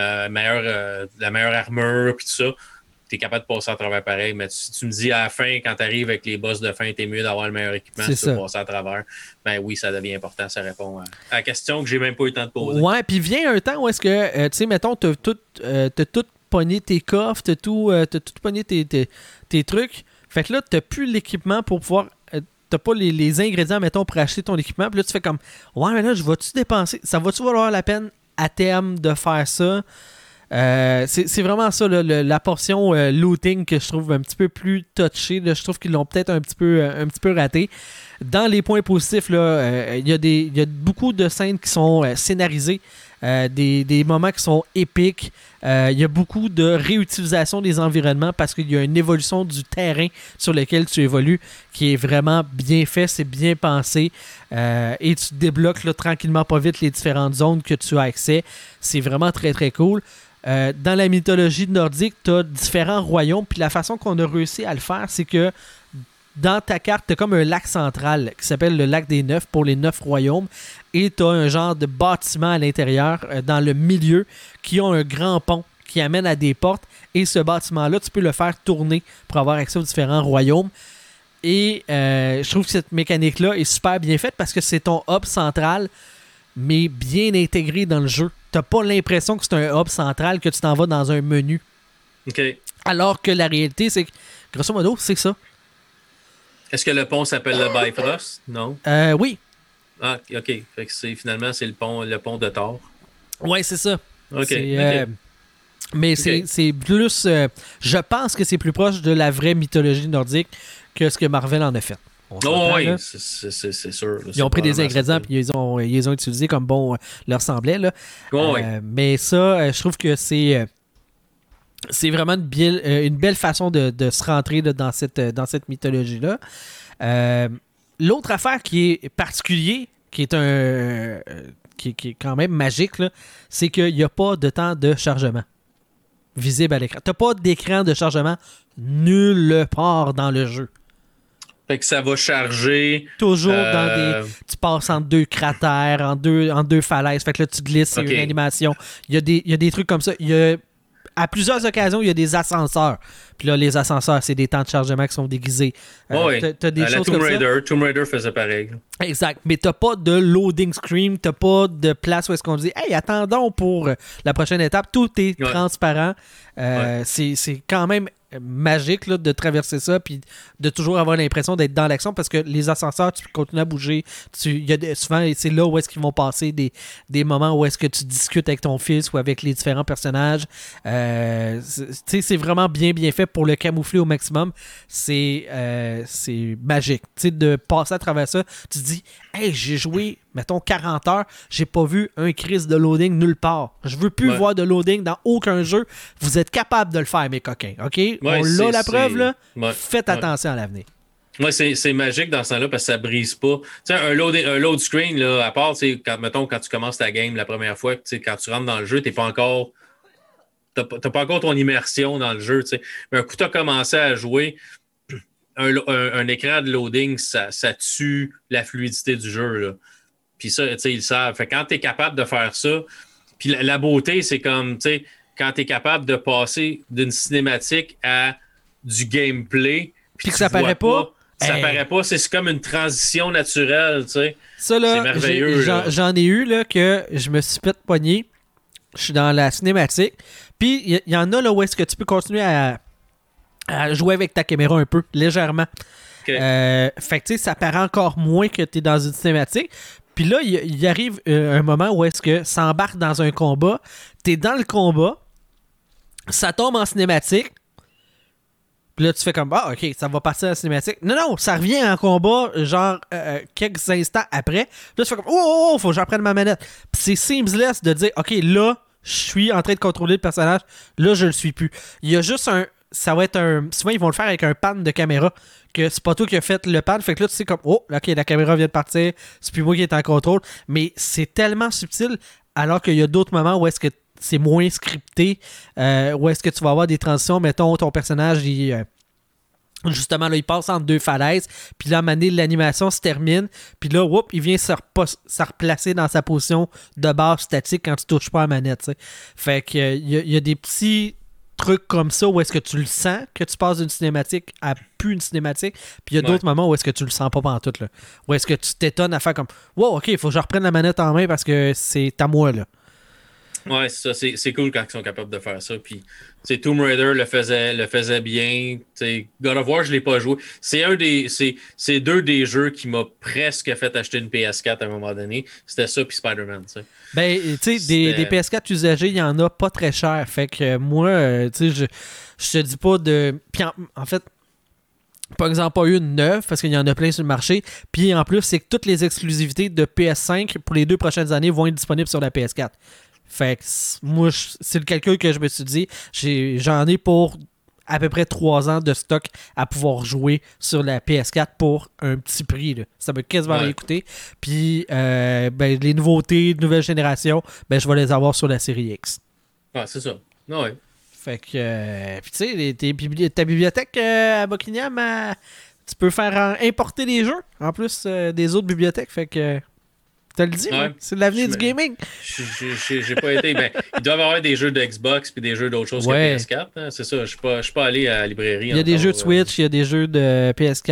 armure, puis tout ça. Tu es capable de passer à travers pareil. Mais si tu me dis à la fin, quand tu arrives avec les boss de fin, t'es mieux d'avoir le meilleur équipement, tu peux passer à travers. Ben oui, ça devient important, ça répond à la question que j'ai même pas eu le temps de poser. Ouais, puis vient un temps où est-ce que, tu sais, mettons, t'as tout pogné tes coffres, t'as tout pogné tes trucs. Fait que là, t'as plus l'équipement pour pouvoir... t'as pas les ingrédients, mettons, pour acheter ton équipement. Puis là, tu fais comme, ouais, mais là, je vais-tu dépenser? Ça va-tu valoir la peine à terme de faire ça? C'est vraiment ça, la portion looting que je trouve un petit peu plus touchée. Là, je trouve qu'ils l'ont peut-être un petit peu raté. Dans les points positifs, il y a beaucoup de scènes qui sont scénarisées, des moments qui sont épiques. Il y a beaucoup de réutilisation des environnements parce qu'il y a une évolution du terrain sur lequel tu évolues qui est vraiment bien fait, c'est bien pensé. Et tu débloques là, tranquillement pas vite les différentes zones que tu as accès. C'est vraiment très très cool. Dans la mythologie nordique, tu as différents royaumes, puis la façon qu'on a réussi à le faire, c'est que dans ta carte, tu as comme un lac central qui s'appelle le lac des Neufs pour les 9 royaumes, et tu as un genre de bâtiment à l'intérieur, dans le milieu, qui a un grand pont qui amène à des portes, et ce bâtiment-là, tu peux le faire tourner pour avoir accès aux différents royaumes. Et je trouve que cette mécanique-là est super bien faite parce que c'est ton hub central, mais bien intégré dans le jeu. T'as pas l'impression que c'est un hub central, que tu t'en vas dans un menu. OK. Alors que la réalité, c'est que, grosso modo, c'est ça. Est-ce que le pont s'appelle le Bifrost? Non? Oui. Ah, OK. Fait que finalement, c'est le pont de Thor. Oui, c'est ça. OK. Mais c'est plus... je pense que c'est plus proche de la vraie mythologie nordique que ce que Marvel en a fait. Oh oui, c'est sûr. Ils ont pris des ingrédients et ils les ont utilisés comme bon leur semblait. Là. Oh, oui. Mais ça, je trouve que c'est vraiment une belle façon de se rentrer là, dans cette mythologie-là. L'autre affaire qui est particulier, qui est quand même magique, là, c'est qu'il n'y a pas de temps de chargement visible à l'écran. Tu n'as pas d'écran de chargement nulle part dans le jeu. Fait que ça va charger. Toujours dans tu passes entre deux cratères, en deux falaises. Fait que là, tu glisses, c'est une animation. Il y a des trucs comme ça. À plusieurs occasions, il y a des ascenseurs. Puis là, les ascenseurs, c'est des temps de chargement qui sont déguisés. Oui, t'as des choses Tomb comme Raider. ça. Tomb Raider faisait pareil. Exact. Mais t'as pas de loading screen, t'as pas de place où est-ce qu'on dit « Hey, attendons pour la prochaine étape. » Tout est transparent. C'est quand même magique là, de traverser ça puis de toujours avoir l'impression d'être dans l'action parce que les ascenseurs, tu peux continuer à bouger. Souvent, c'est là où est-ce qu'ils vont passer des moments où est-ce que tu discutes avec ton fils ou avec les différents personnages. C'est vraiment bien fait pour le camoufler au maximum. C'est magique. De passer à travers ça, tu te dis « Hey, j'ai joué mettons 40 heures, j'ai pas vu un crise de loading nulle part. Je veux plus voir de loading dans aucun jeu. Vous êtes capable de le faire, mes coquins, OK? On l'a la preuve, là. Faites attention à l'avenir. Ouais, c'est magique dans ce temps-là parce que ça brise pas. Tu sais, un load screen, là, à part, quand tu commences ta game la première fois, quand tu rentres dans le jeu, t'as pas encore ton immersion dans le jeu. T'sais. Mais un coup, tu as commencé à jouer, un écran de loading, ça tue la fluidité du jeu. Là. Puis ça, ils le savent. Fait quand tu es capable de faire ça, puis la beauté, c'est comme, quand tu es capable de passer d'une cinématique à du gameplay, puis que ça paraît pas. Ça paraît pas, c'est comme une transition naturelle, tu sais. Ça, là, c'est merveilleux. J'en ai eu, là, que je me suis fait pogner. Je suis dans la cinématique. Puis, il y en a, là, où est-ce que tu peux continuer à jouer avec ta caméra un peu, légèrement. Okay. Fait que, tu sais, ça paraît encore moins que tu es dans une cinématique. Puis là, il arrive un moment où est-ce que ça embarque dans un combat. Tu es dans le combat. Ça tombe en cinématique. Puis là, tu fais comme, OK, ça va passer à la cinématique. Non, ça revient en combat, genre, quelques instants après. Puis là, tu fais comme, faut que j'en prenne ma manette. Puis c'est seamless de dire, OK, là, je suis en train de contrôler le personnage. Là, je le suis plus. Il y a juste ça va être souvent, ils vont le faire avec un pan de caméra. Que c'est pas toi qui as fait le pan. Fait que là, tu sais comme, OK, la caméra vient de partir. C'est plus moi qui est en contrôle. Mais c'est tellement subtil, alors qu'il y a d'autres moments où est-ce que c'est moins scripté, où est-ce que tu vas avoir des transitions, mettons, ton personnage, justement, là, il passe entre deux falaises, puis là, à un moment donné, l'animation se termine, puis là, il vient se replacer dans sa position de base statique quand tu touches pas à la manette, t'sais. Fait que il y a des petits trucs comme ça où est-ce que tu le sens, que tu passes d'une cinématique à plus une cinématique, puis il y a d'autres moments où est-ce que tu le sens pas pantoute, là. Où est-ce que tu t'étonnes à faire comme, OK, il faut que je reprenne la manette en main parce que c'est à moi, là. Ouais, c'est ça, c'est cool quand ils sont capables de faire ça. Puis, Tomb Raider le faisait bien. God of War, je l'ai pas joué. C'est deux des jeux qui m'a presque fait acheter une PS4 à un moment donné. C'était ça puis Spider-Man. T'sais. Ben, tu sais, des PS4 usagés, il y en a pas très cher. Fait que moi, tu sais, je te dis pas de. Puis en fait, par exemple, pas une neuve parce qu'il y en a plein sur le marché. Puis en plus, c'est que toutes les exclusivités de PS5 pour les 2 prochaines années vont être disponibles sur la PS4. Fait que moi, c'est le calcul que je me suis dit. J'en ai pour à peu près 3 ans de stock à pouvoir jouer sur la PS4 pour un petit prix. Là. Ça m'a quasiment rien coûté. Puis les nouveautés de nouvelle génération, je vais les avoir sur la série X. Ah, c'est ça. Ouais. Fait que, puis tu sais, ta bibliothèque à Buckingham, tu peux faire importer des jeux en plus des autres bibliothèques. Fait que. T'as le dit, c'est l'avenir du gaming. J'ai pas été. Ils doivent avoir des jeux de Xbox puis des jeux d'autres choses que PS4. Hein, c'est ça. Je suis pas allé à la librairie. Il y a des jeux de Switch, il y a des jeux de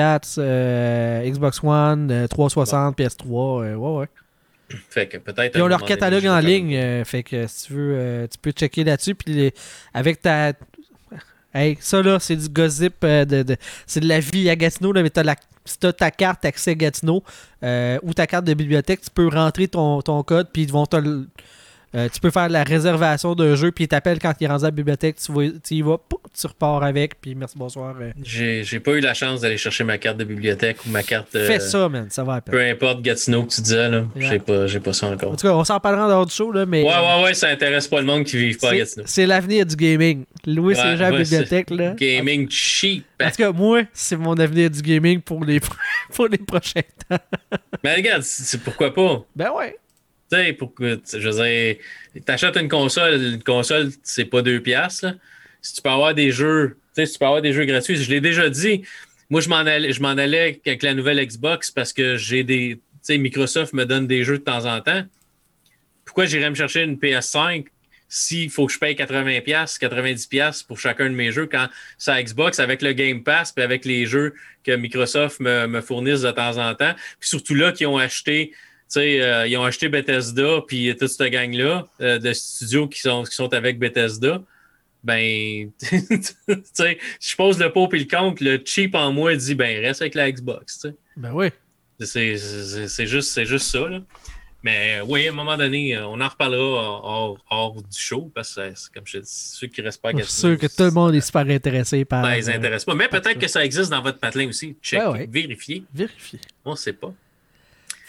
PS4, Xbox One, 360, PS3. Ouais. Fait que peut-être. Ils ont leur catalogue en ligne. Fait que si tu veux, tu peux checker là-dessus. Puis avec ta. Hey, ça là, c'est du gossip, c'est de la vie à Gatineau, là, mais si t'as ta carte accès Gatineau ou ta carte de bibliothèque, tu peux rentrer ton code, puis ils vont tu peux faire la réservation d'un jeu, puis ils t'appellent quand il est rendu à la bibliothèque, tu y vas, tu repars avec, puis merci, bonsoir. J'ai pas eu la chance d'aller chercher ma carte de bibliothèque ou ma carte... Fais ça, man, ça va à peine. Peu importe Gatineau que tu disais, là, j'ai pas ça encore. En tout cas, on s'en parlera dans le show, là, mais... Ouais, ça intéresse pas le monde qui vit pas à Gatineau. C'est l'avenir du gaming. Louer ces gens à la bibliothèque, là. Gaming cheap. En tout cas, moi, c'est mon avenir du gaming pour les prochains temps. Mais regarde, c'est pourquoi pas? Ben ouais. Tu sais, je veux dire, t'achètes une console, c'est pas 2$. Là. Si tu peux avoir des jeux, gratuits, je l'ai déjà dit. Moi, je m'en allais avec la nouvelle Xbox parce que Microsoft me donne des jeux de temps en temps. Pourquoi j'irais me chercher une PS5 s'il faut que je paye 80$, 90$ pour chacun de mes jeux quand c'est à Xbox avec le Game Pass puis avec les jeux que Microsoft me fournissent de temps en temps. Puis surtout là, qui ont acheté. Ils ont acheté Bethesda puis toute cette gang-là de studios qui sont avec Bethesda. Ben, je pose le pot et le contre, le cheap en moi dit reste avec la Xbox. T'sais. Ben oui. C'est juste ça. Là. Mais oui, à un moment donné, on en reparlera hors du show parce que c'est comme je dis, ceux qui restent pas à Gatineau. Je suis sûr que tout le monde est super intéressé par. Ben, ils s'intéressent pas. Mais peut-être que ça existe dans votre patelin aussi. Check, vérifiez. Vérifiez. On ne sait pas.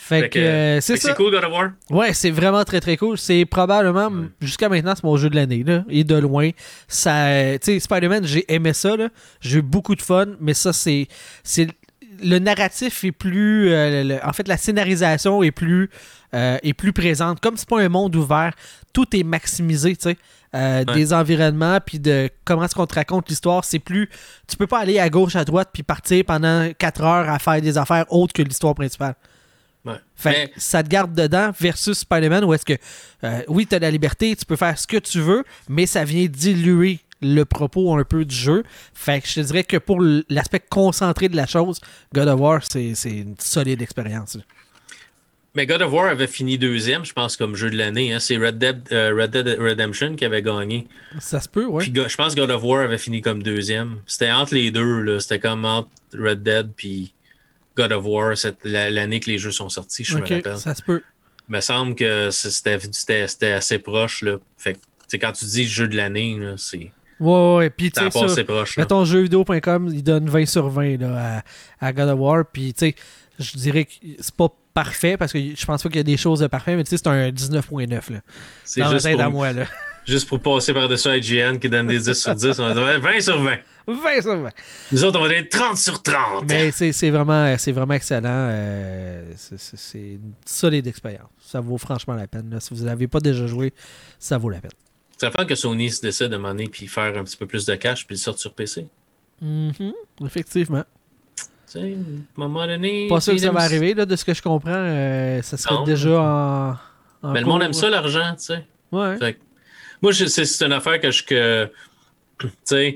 Fait que c'est ça. C'est cool, God of War? Ouais, c'est vraiment très très cool. C'est probablement, jusqu'à maintenant, c'est mon jeu de l'année, là. Et de loin. Ça, tu sais, Spider-Man, j'ai aimé ça, là. J'ai eu beaucoup de fun, mais ça, c'est le narratif est plus... en fait, la scénarisation est plus présente. Comme c'est pas un monde ouvert, tout est maximisé, tu sais. Des environnements, puis de comment est-ce qu'on te raconte l'histoire. C'est plus... Tu peux pas aller à gauche, à droite, puis partir pendant 4 heures à faire des affaires autres que l'histoire principale. Ouais. Fait ça te garde dedans versus Spider-Man où est-ce que oui, tu as la liberté, tu peux faire ce que tu veux, mais ça vient diluer le propos un peu du jeu. Fait que je te dirais que pour l'aspect concentré de la chose, God of War, c'est une solide expérience. Mais God of War avait fini 2e, je pense, comme jeu de l'année. Hein. C'est Red Dead Redemption qui avait gagné. Ça se peut, ouais. Puis je pense que God of War avait fini comme 2e. C'était entre les deux, là. C'était comme entre Red Dead puis God of War, l'année que les jeux sont sortis, je me rappelle. Ça se peut. Il me semble que c'était assez proche, là. Fait que, quand tu dis jeu de l'année, là, c'est... Ouais, puis tu sais, assez proche. Mettons, jeuxvideo.com, il donne 20 sur 20 là, à God of War, puis tu sais, je dirais que c'est pas parfait, parce que je pense pas qu'il y a des choses de parfait, mais tu sais, c'est un 19.9, là. C'est juste à moi, là. Juste pour passer par-dessus IGN qui donne des 10 sur 10, on va dire 20 sur 20. 20 sur 20. Nous autres, on va dire 30 sur 30. Mais c'est vraiment excellent. C'est une solide expérience. Ça vaut franchement la peine. Là. Si vous n'avez pas déjà joué, ça vaut la peine. Ça fait que Sony se décide de m'en puis faire un petit peu plus de cash puis le sortir sur PC. Effectivement. Tu sais, à un moment donné... Pas sûr que ça va arriver, là, de ce que je comprends. Ça serait déjà en mais le monde aime ça, l'argent, tu sais. Ouais. Fait que, moi, c'est une affaire que tu sais,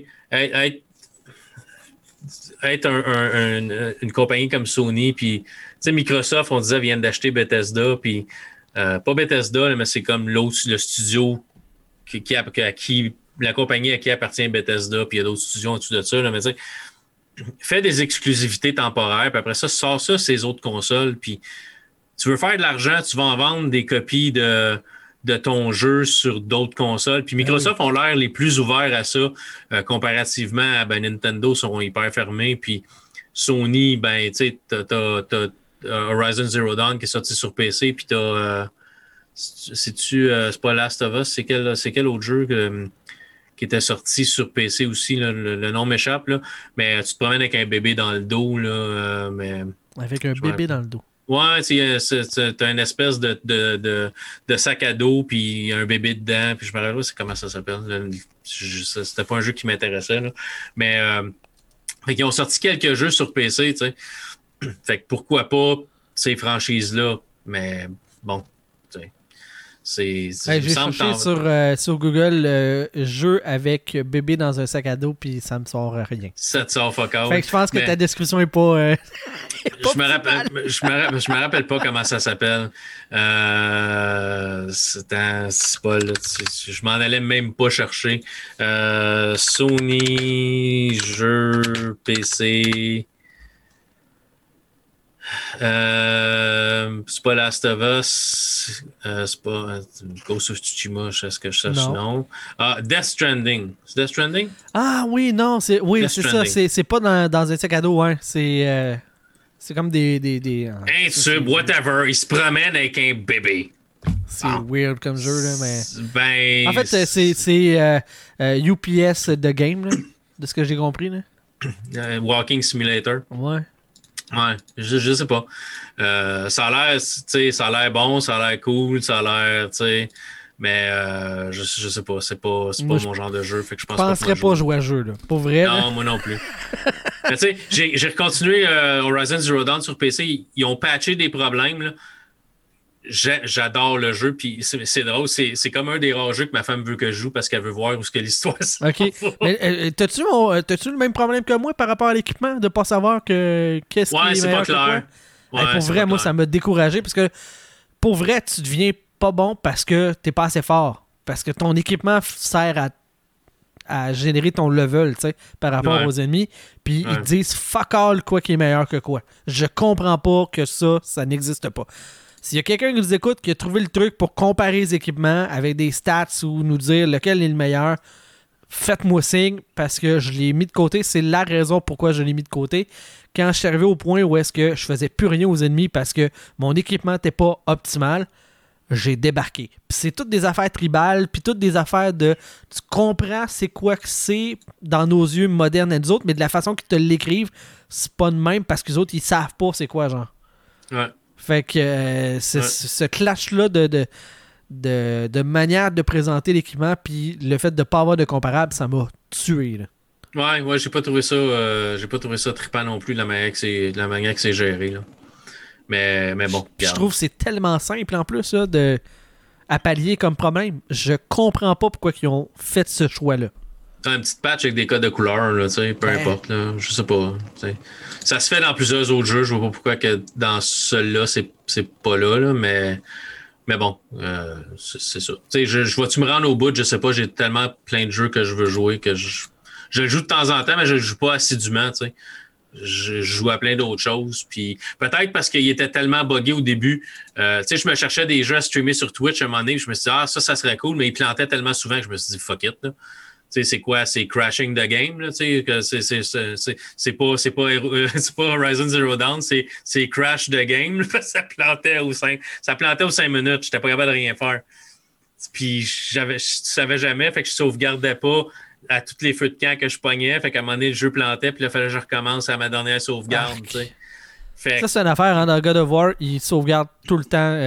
être une compagnie comme Sony, puis, tu sais, Microsoft, on disait, viennent d'acheter Bethesda, puis pas Bethesda, mais c'est comme le studio à qui la compagnie à qui appartient Bethesda, puis il y a d'autres studios en dessous de ça, là, mais tu sais, fais des exclusivités temporaires, puis après ça, sors ça ces autres consoles, puis tu veux faire de l'argent, tu vas en vendre des copies de ton jeu sur d'autres consoles. Puis Microsoft ont l'air les plus ouverts à ça comparativement à Nintendo sont hyper fermés. Puis Sony, ben, tu sais, t'as Horizon Zero Dawn qui est sorti sur PC. Puis t'as... c'est pas Last of Us? C'est quel autre jeu qui était sorti sur PC aussi? Là, le nom m'échappe. Là. Mais tu te promènes avec un bébé dans le dos. Là, avec un bébé dans le dos. Ouais, t'as une espèce de sac à dos, puis un bébé dedans, puis je me rappelle pas comment ça s'appelle. C'était pas un jeu qui m'intéressait, là. Mais ils ont sorti quelques jeux sur PC, tu sais. Fait que pourquoi pas ces franchises-là, mais bon, tu sais. J'ai cherché sur Google jeu avec bébé dans un sac à dos, puis ça me sort rien. Ça te sort fuck out. Fait que je pense que ta description est pas... je me rappelle pas comment ça s'appelle. C'est pas là. Je m'en allais même pas chercher. Sony, jeu, PC... c'est pas Last of Us, c'est pas Ghost of Tsushima, je sais ce que je cherche, non. Death Stranding. C'est Death Stranding? Ah oui, non, c'est ça. C'est pas dans un sac à dos, hein. C'est comme des un tube, whatever. Il se promène avec un bébé. C'est weird comme jeu, là, mais. Ben. En fait, c'est UPS The Game, là, de ce que j'ai compris, là. Walking Simulator. Ouais. Ouais, je sais pas. Ça a l'air bon, ça a l'air cool, ça a l'air, tu sais, mais je sais pas, c'est pas mon genre de jeu, fait que je penserais pas jouer à jeu, là. Pour vrai, non, là. moi non plus. Mais tu sais, j'ai continué Horizon Zero Dawn sur PC, ils ont patché des problèmes, là. J'adore le jeu, puis c'est drôle, c'est comme un des rares jeux que ma femme veut que je joue parce qu'elle veut voir où est-ce que l'histoire s'en OK. Mais t'as-tu le même problème que moi par rapport à l'équipement, de pas savoir qu'est-ce qui est meilleur que quoi? Ouais, pour vrai, moi, ça m'a découragé parce que pour vrai, tu deviens pas bon parce que t'es pas assez fort. Parce que ton équipement sert à générer ton level, tu sais, par rapport aux ennemis. Puis ils te disent fuck all quoi qui est meilleur que quoi. Je comprends pas que ça n'existe pas. S'il y a quelqu'un qui nous écoute qui a trouvé le truc pour comparer les équipements avec des stats ou nous dire lequel est le meilleur, faites-moi signe parce que je l'ai mis de côté. C'est la raison pourquoi je l'ai mis de côté. Quand je suis arrivé au point où est-ce que je faisais plus rien aux ennemis parce que mon équipement n'était pas optimal, j'ai débarqué. Puis c'est toutes des affaires tribales, puis toutes des affaires de... Tu comprends c'est quoi que c'est dans nos yeux modernes et nous autres, mais de la façon qu'ils te l'écrivent, c'est pas de même parce que les autres, ils savent pas c'est quoi, genre. Ouais. Fait que ce clash-là de manière de présenter l'équipement, puis le fait de pas avoir de comparable, ça m'a tué, là. Ouais, j'ai pas trouvé ça trippant non plus, la manière que c'est géré, là. Mais bon. Je trouve que c'est tellement simple en plus là, à pallier comme problème. Je comprends pas pourquoi ils ont fait ce choix-là. Un petit patch avec des codes de couleur, là, peu importe. Là, je sais pas. T'sais. Ça se fait dans plusieurs autres jeux. Je vois pas pourquoi que dans celui-là, c'est pas là, mais bon, c'est ça. Je vais-tu me rendre au bout? Je sais pas. J'ai tellement plein de jeux que je veux jouer que je le joue de temps en temps, mais je le joue pas assidûment. T'sais. Je joue à plein d'autres choses. Puis peut-être parce qu'il était tellement buggé au début. Je me cherchais des jeux à streamer sur Twitch à un moment donné. Je me suis dit, ça serait cool, mais il plantait tellement souvent que je me suis dit, fuck it. Là. C'est quoi? C'est crashing the game. Là, que c'est pas Horizon Zero Dawn, c'est crash the game. Ça plantait aux 5 minutes. J'étais pas capable de rien faire. Puis je savais jamais, fait que je sauvegardais pas à tous les feux de camp que je pognais. Fait qu'à un moment donné, le jeu plantait, puis là, il fallait que je recommence à ma dernière sauvegarde. Ça, c'est une affaire. Hein, dans God of War, il sauvegarde tout le temps.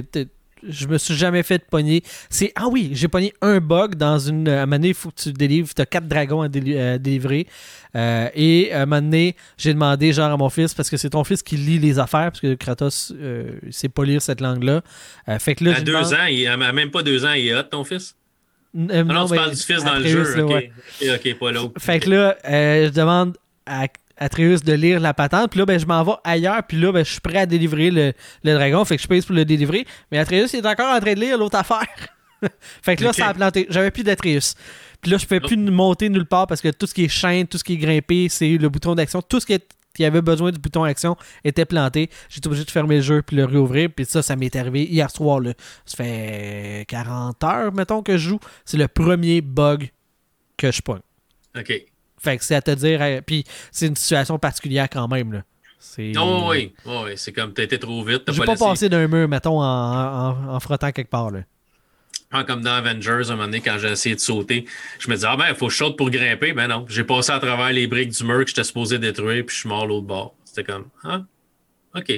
Je me suis jamais fait pogner. Ah oui, j'ai pogné un bug dans une... À un moment donné, il faut que tu délivres. Tu as 4 dragons à délivrer. Et à un moment donné, j'ai demandé genre à mon fils, parce que c'est ton fils qui lit les affaires, parce que Kratos, il sait pas lire cette langue-là. Fait que là, à même pas 2 ans, il est hot, ton fils? Non, tu parles du fils dans le jeu. OK, pas l'autre. Fait que là, je demande à Atreus de lire la patente, puis là, je m'en vais ailleurs, puis là, je suis prêt à délivrer le dragon, fait que je pèse pour le délivrer, mais Atreus, il est encore en train de lire l'autre affaire. Fait que là, ça a planté. J'avais plus d'Atreus. Puis là, je pouvais plus monter nulle part, parce que tout ce qui est chaîne, tout ce qui est grimpé, c'est le bouton d'action, tout ce qui avait besoin du bouton action était planté. J'étais obligé de fermer le jeu puis le réouvrir. Puis ça m'est arrivé hier soir. Là. Ça fait 40 heures, mettons, que je joue. C'est le premier bug que je pogne. OK. Fait que c'est à te dire... Puis c'est une situation particulière quand même. Là. Oui. C'est comme t'as été trop vite. J'ai pas passé d'un mur, mettons, en frottant quelque part. Là. Comme dans Avengers, à un moment donné, quand j'ai essayé de sauter, je me disais, il faut que je saute pour grimper. Ben non, j'ai passé à travers les briques du mur que j'étais supposé détruire, puis je suis mort l'autre bord. C'était comme, OK.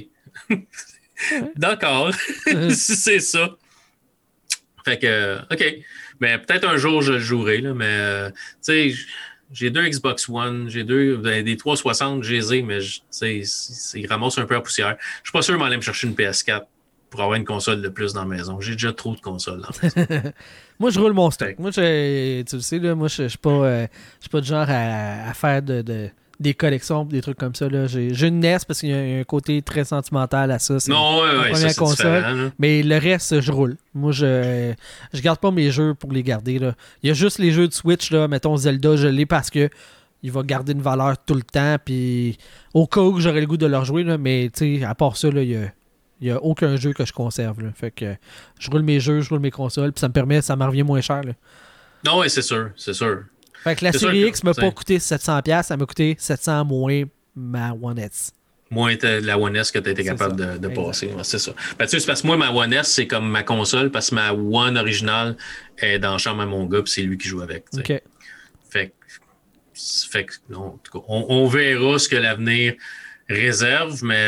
D'accord. Si c'est ça. Fait que, OK. Mais peut-être un jour, je le jouerai, là, mais, tu sais, j'ai 2 Xbox One, j'ai des 360, je les ai, mais, tu sais, ils ramassent un peu la poussière. Je suis pas sûr de m'aller me chercher une PS4. Pour avoir une console de plus dans la maison. J'ai déjà trop de consoles dans la maison. Moi, je roule mon stock. Moi, tu le sais, là, moi, je suis pas du genre à faire des collections, des trucs comme ça. Là. J'ai une NES parce qu'il y a un côté très sentimental à ça. C'est la première console. Mais le reste, je roule. Moi, je garde pas mes jeux pour les garder. Là. Il y a juste les jeux de Switch, là, mettons Zelda, je l'ai parce que il va garder une valeur tout le temps. Puis au cas où j'aurais le goût de le rejouer, là, mais à part ça, il n'y a aucun jeu que je conserve. Là. Fait que je roule mes jeux, je roule mes consoles, puis ça me revient moins cher. Là. Non, oui, c'est sûr. Fait que la série X m'a pas coûté 700$, ça m'a coûté 700$ moins ma One S. Moins la One S que tu as été capable de passer. Ouais, c'est ça. Ben, tu sais, c'est parce que moi, ma One S, c'est comme ma console, parce que ma One originale est dans la chambre à mon gars, puis c'est lui qui joue avec. OK. Fait que non, en tout cas, on verra ce que l'avenir réserve, mais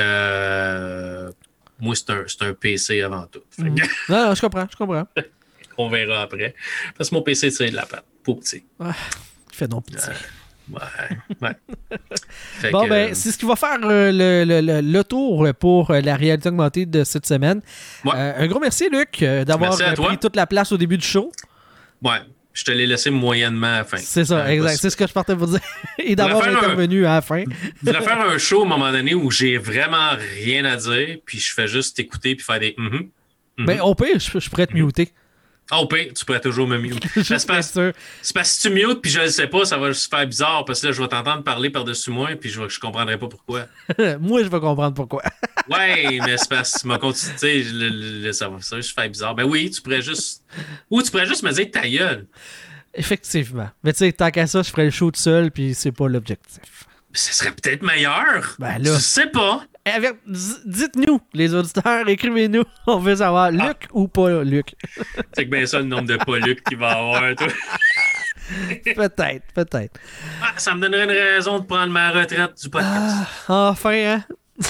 moi, c'est un PC avant tout. Non, je comprends. On verra après. Parce que mon PC, c'est de la patte. Pour petit. Fais donc petit. Ouais. Bon, c'est ce qui va faire le tour pour la réalité augmentée de cette semaine. Ouais. Un gros merci, Luc, d'avoir pris toute la place au début du show. Ouais. Je te l'ai laissé moyennement à la fin. C'est ça, exact. C'est ce que je partais pour dire. Et d'avoir intervenu à la fin. Je voulais faire un show à un moment donné où j'ai vraiment rien à dire, puis je fais juste t'écouter puis faire des Ben, au pire, je pourrais te muter. Au pire, tu pourrais toujours me mute. C'est parce que si tu mutes puis je le sais pas, ça va juste faire bizarre parce que là, je vais t'entendre parler par-dessus moi puis je comprendrai pas pourquoi. Moi, je vais comprendre pourquoi. Ouais, mais c'est parce que tu m'as continué, tu sais, ça va juste faire bizarre. Ben oui, tu pourrais juste... Ou tu pourrais juste me dire ta gueule. Effectivement. Mais tu sais, tant qu'à ça, je ferais le show tout seul, puis c'est pas l'objectif. Ce serait peut-être meilleur. Ben là. Je sais pas. Dites-nous, les auditeurs, écrivez-nous. On veut savoir Luc ou pas Luc. C'est que bien ça le nombre de pas Luc qu'il va avoir, toi. Peut-être. Ah, ça me donnerait une raison de prendre ma retraite du podcast. Enfin, hein?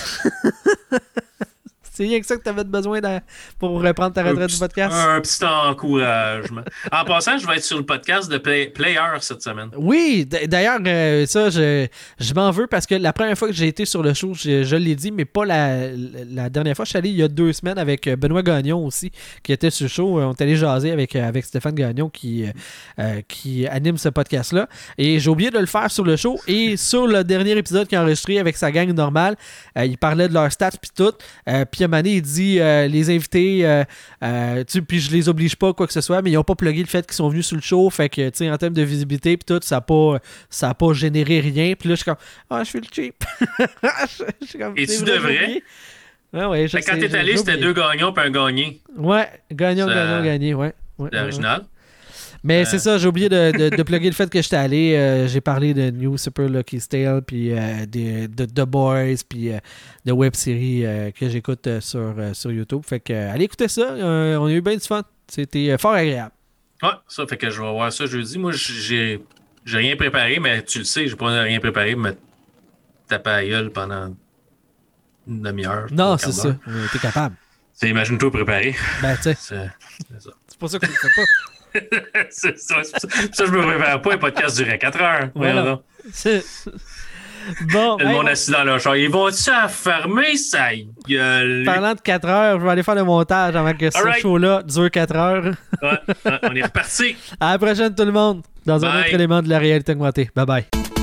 C'est rien que ça que tu avais besoin pour reprendre ta retraite du podcast? Un petit encouragement. En passant, je vais être sur le podcast de Player cette semaine. Oui, d'ailleurs, ça, je m'en veux parce que la première fois que j'ai été sur le show, je l'ai dit, mais pas la dernière fois. Je suis allé il y a 2 semaines avec Benoît Gagnon aussi, qui était sur le show. On est allé jaser avec Stéphane Gagnon qui anime ce podcast-là. Et j'ai oublié de le faire sur le show. Et sur le dernier épisode qu'il a enregistré avec sa gang normale, il parlait de leurs stats puis tout. Puis Mané, il dit les invités, puis je les oblige pas quoi que ce soit, mais ils ont pas plugué le fait qu'ils sont venus sur le show, fait que tu sais en termes de visibilité puis tout, ça a pas généré rien. Puis là je suis comme je suis le cheap. Et tu devrais. Ouais, quand t'es allé, c'était 2 gagnants puis un gagné. Ouais, gagnant, gagné, ouais. C'est original. Mais c'est ça, j'ai oublié de plugger le fait que j'étais allé. J'ai parlé de New Super Lucky Tale, puis de The Boys, puis de web-séries que j'écoute sur YouTube. Fait que allez écouter ça. On a eu bien du fun. C'était fort agréable. Ouais, ça fait que je vais voir ça jeudi. Moi, j'ai rien préparé, mais tu le sais, j'ai pas rien préparé pour me taper à la gueule pendant une demi-heure. Non, c'est ça. T'es capable. Imagine-toi préparer. Ben, tu sais. C'est ça. C'est pour ça que je le fais pas. C'est ça, je me prépare pas, un podcast durait 4 heures. Voilà. Bon, le monde assis dans leur char. Ils vont-tu fermer sa gueule? Parlant de 4 heures, je vais aller faire le montage avant que ce show-là dure 4 heures. Ouais, on est reparti. À la prochaine tout le monde, dans un autre élément de la réalité augmentée. Bye bye.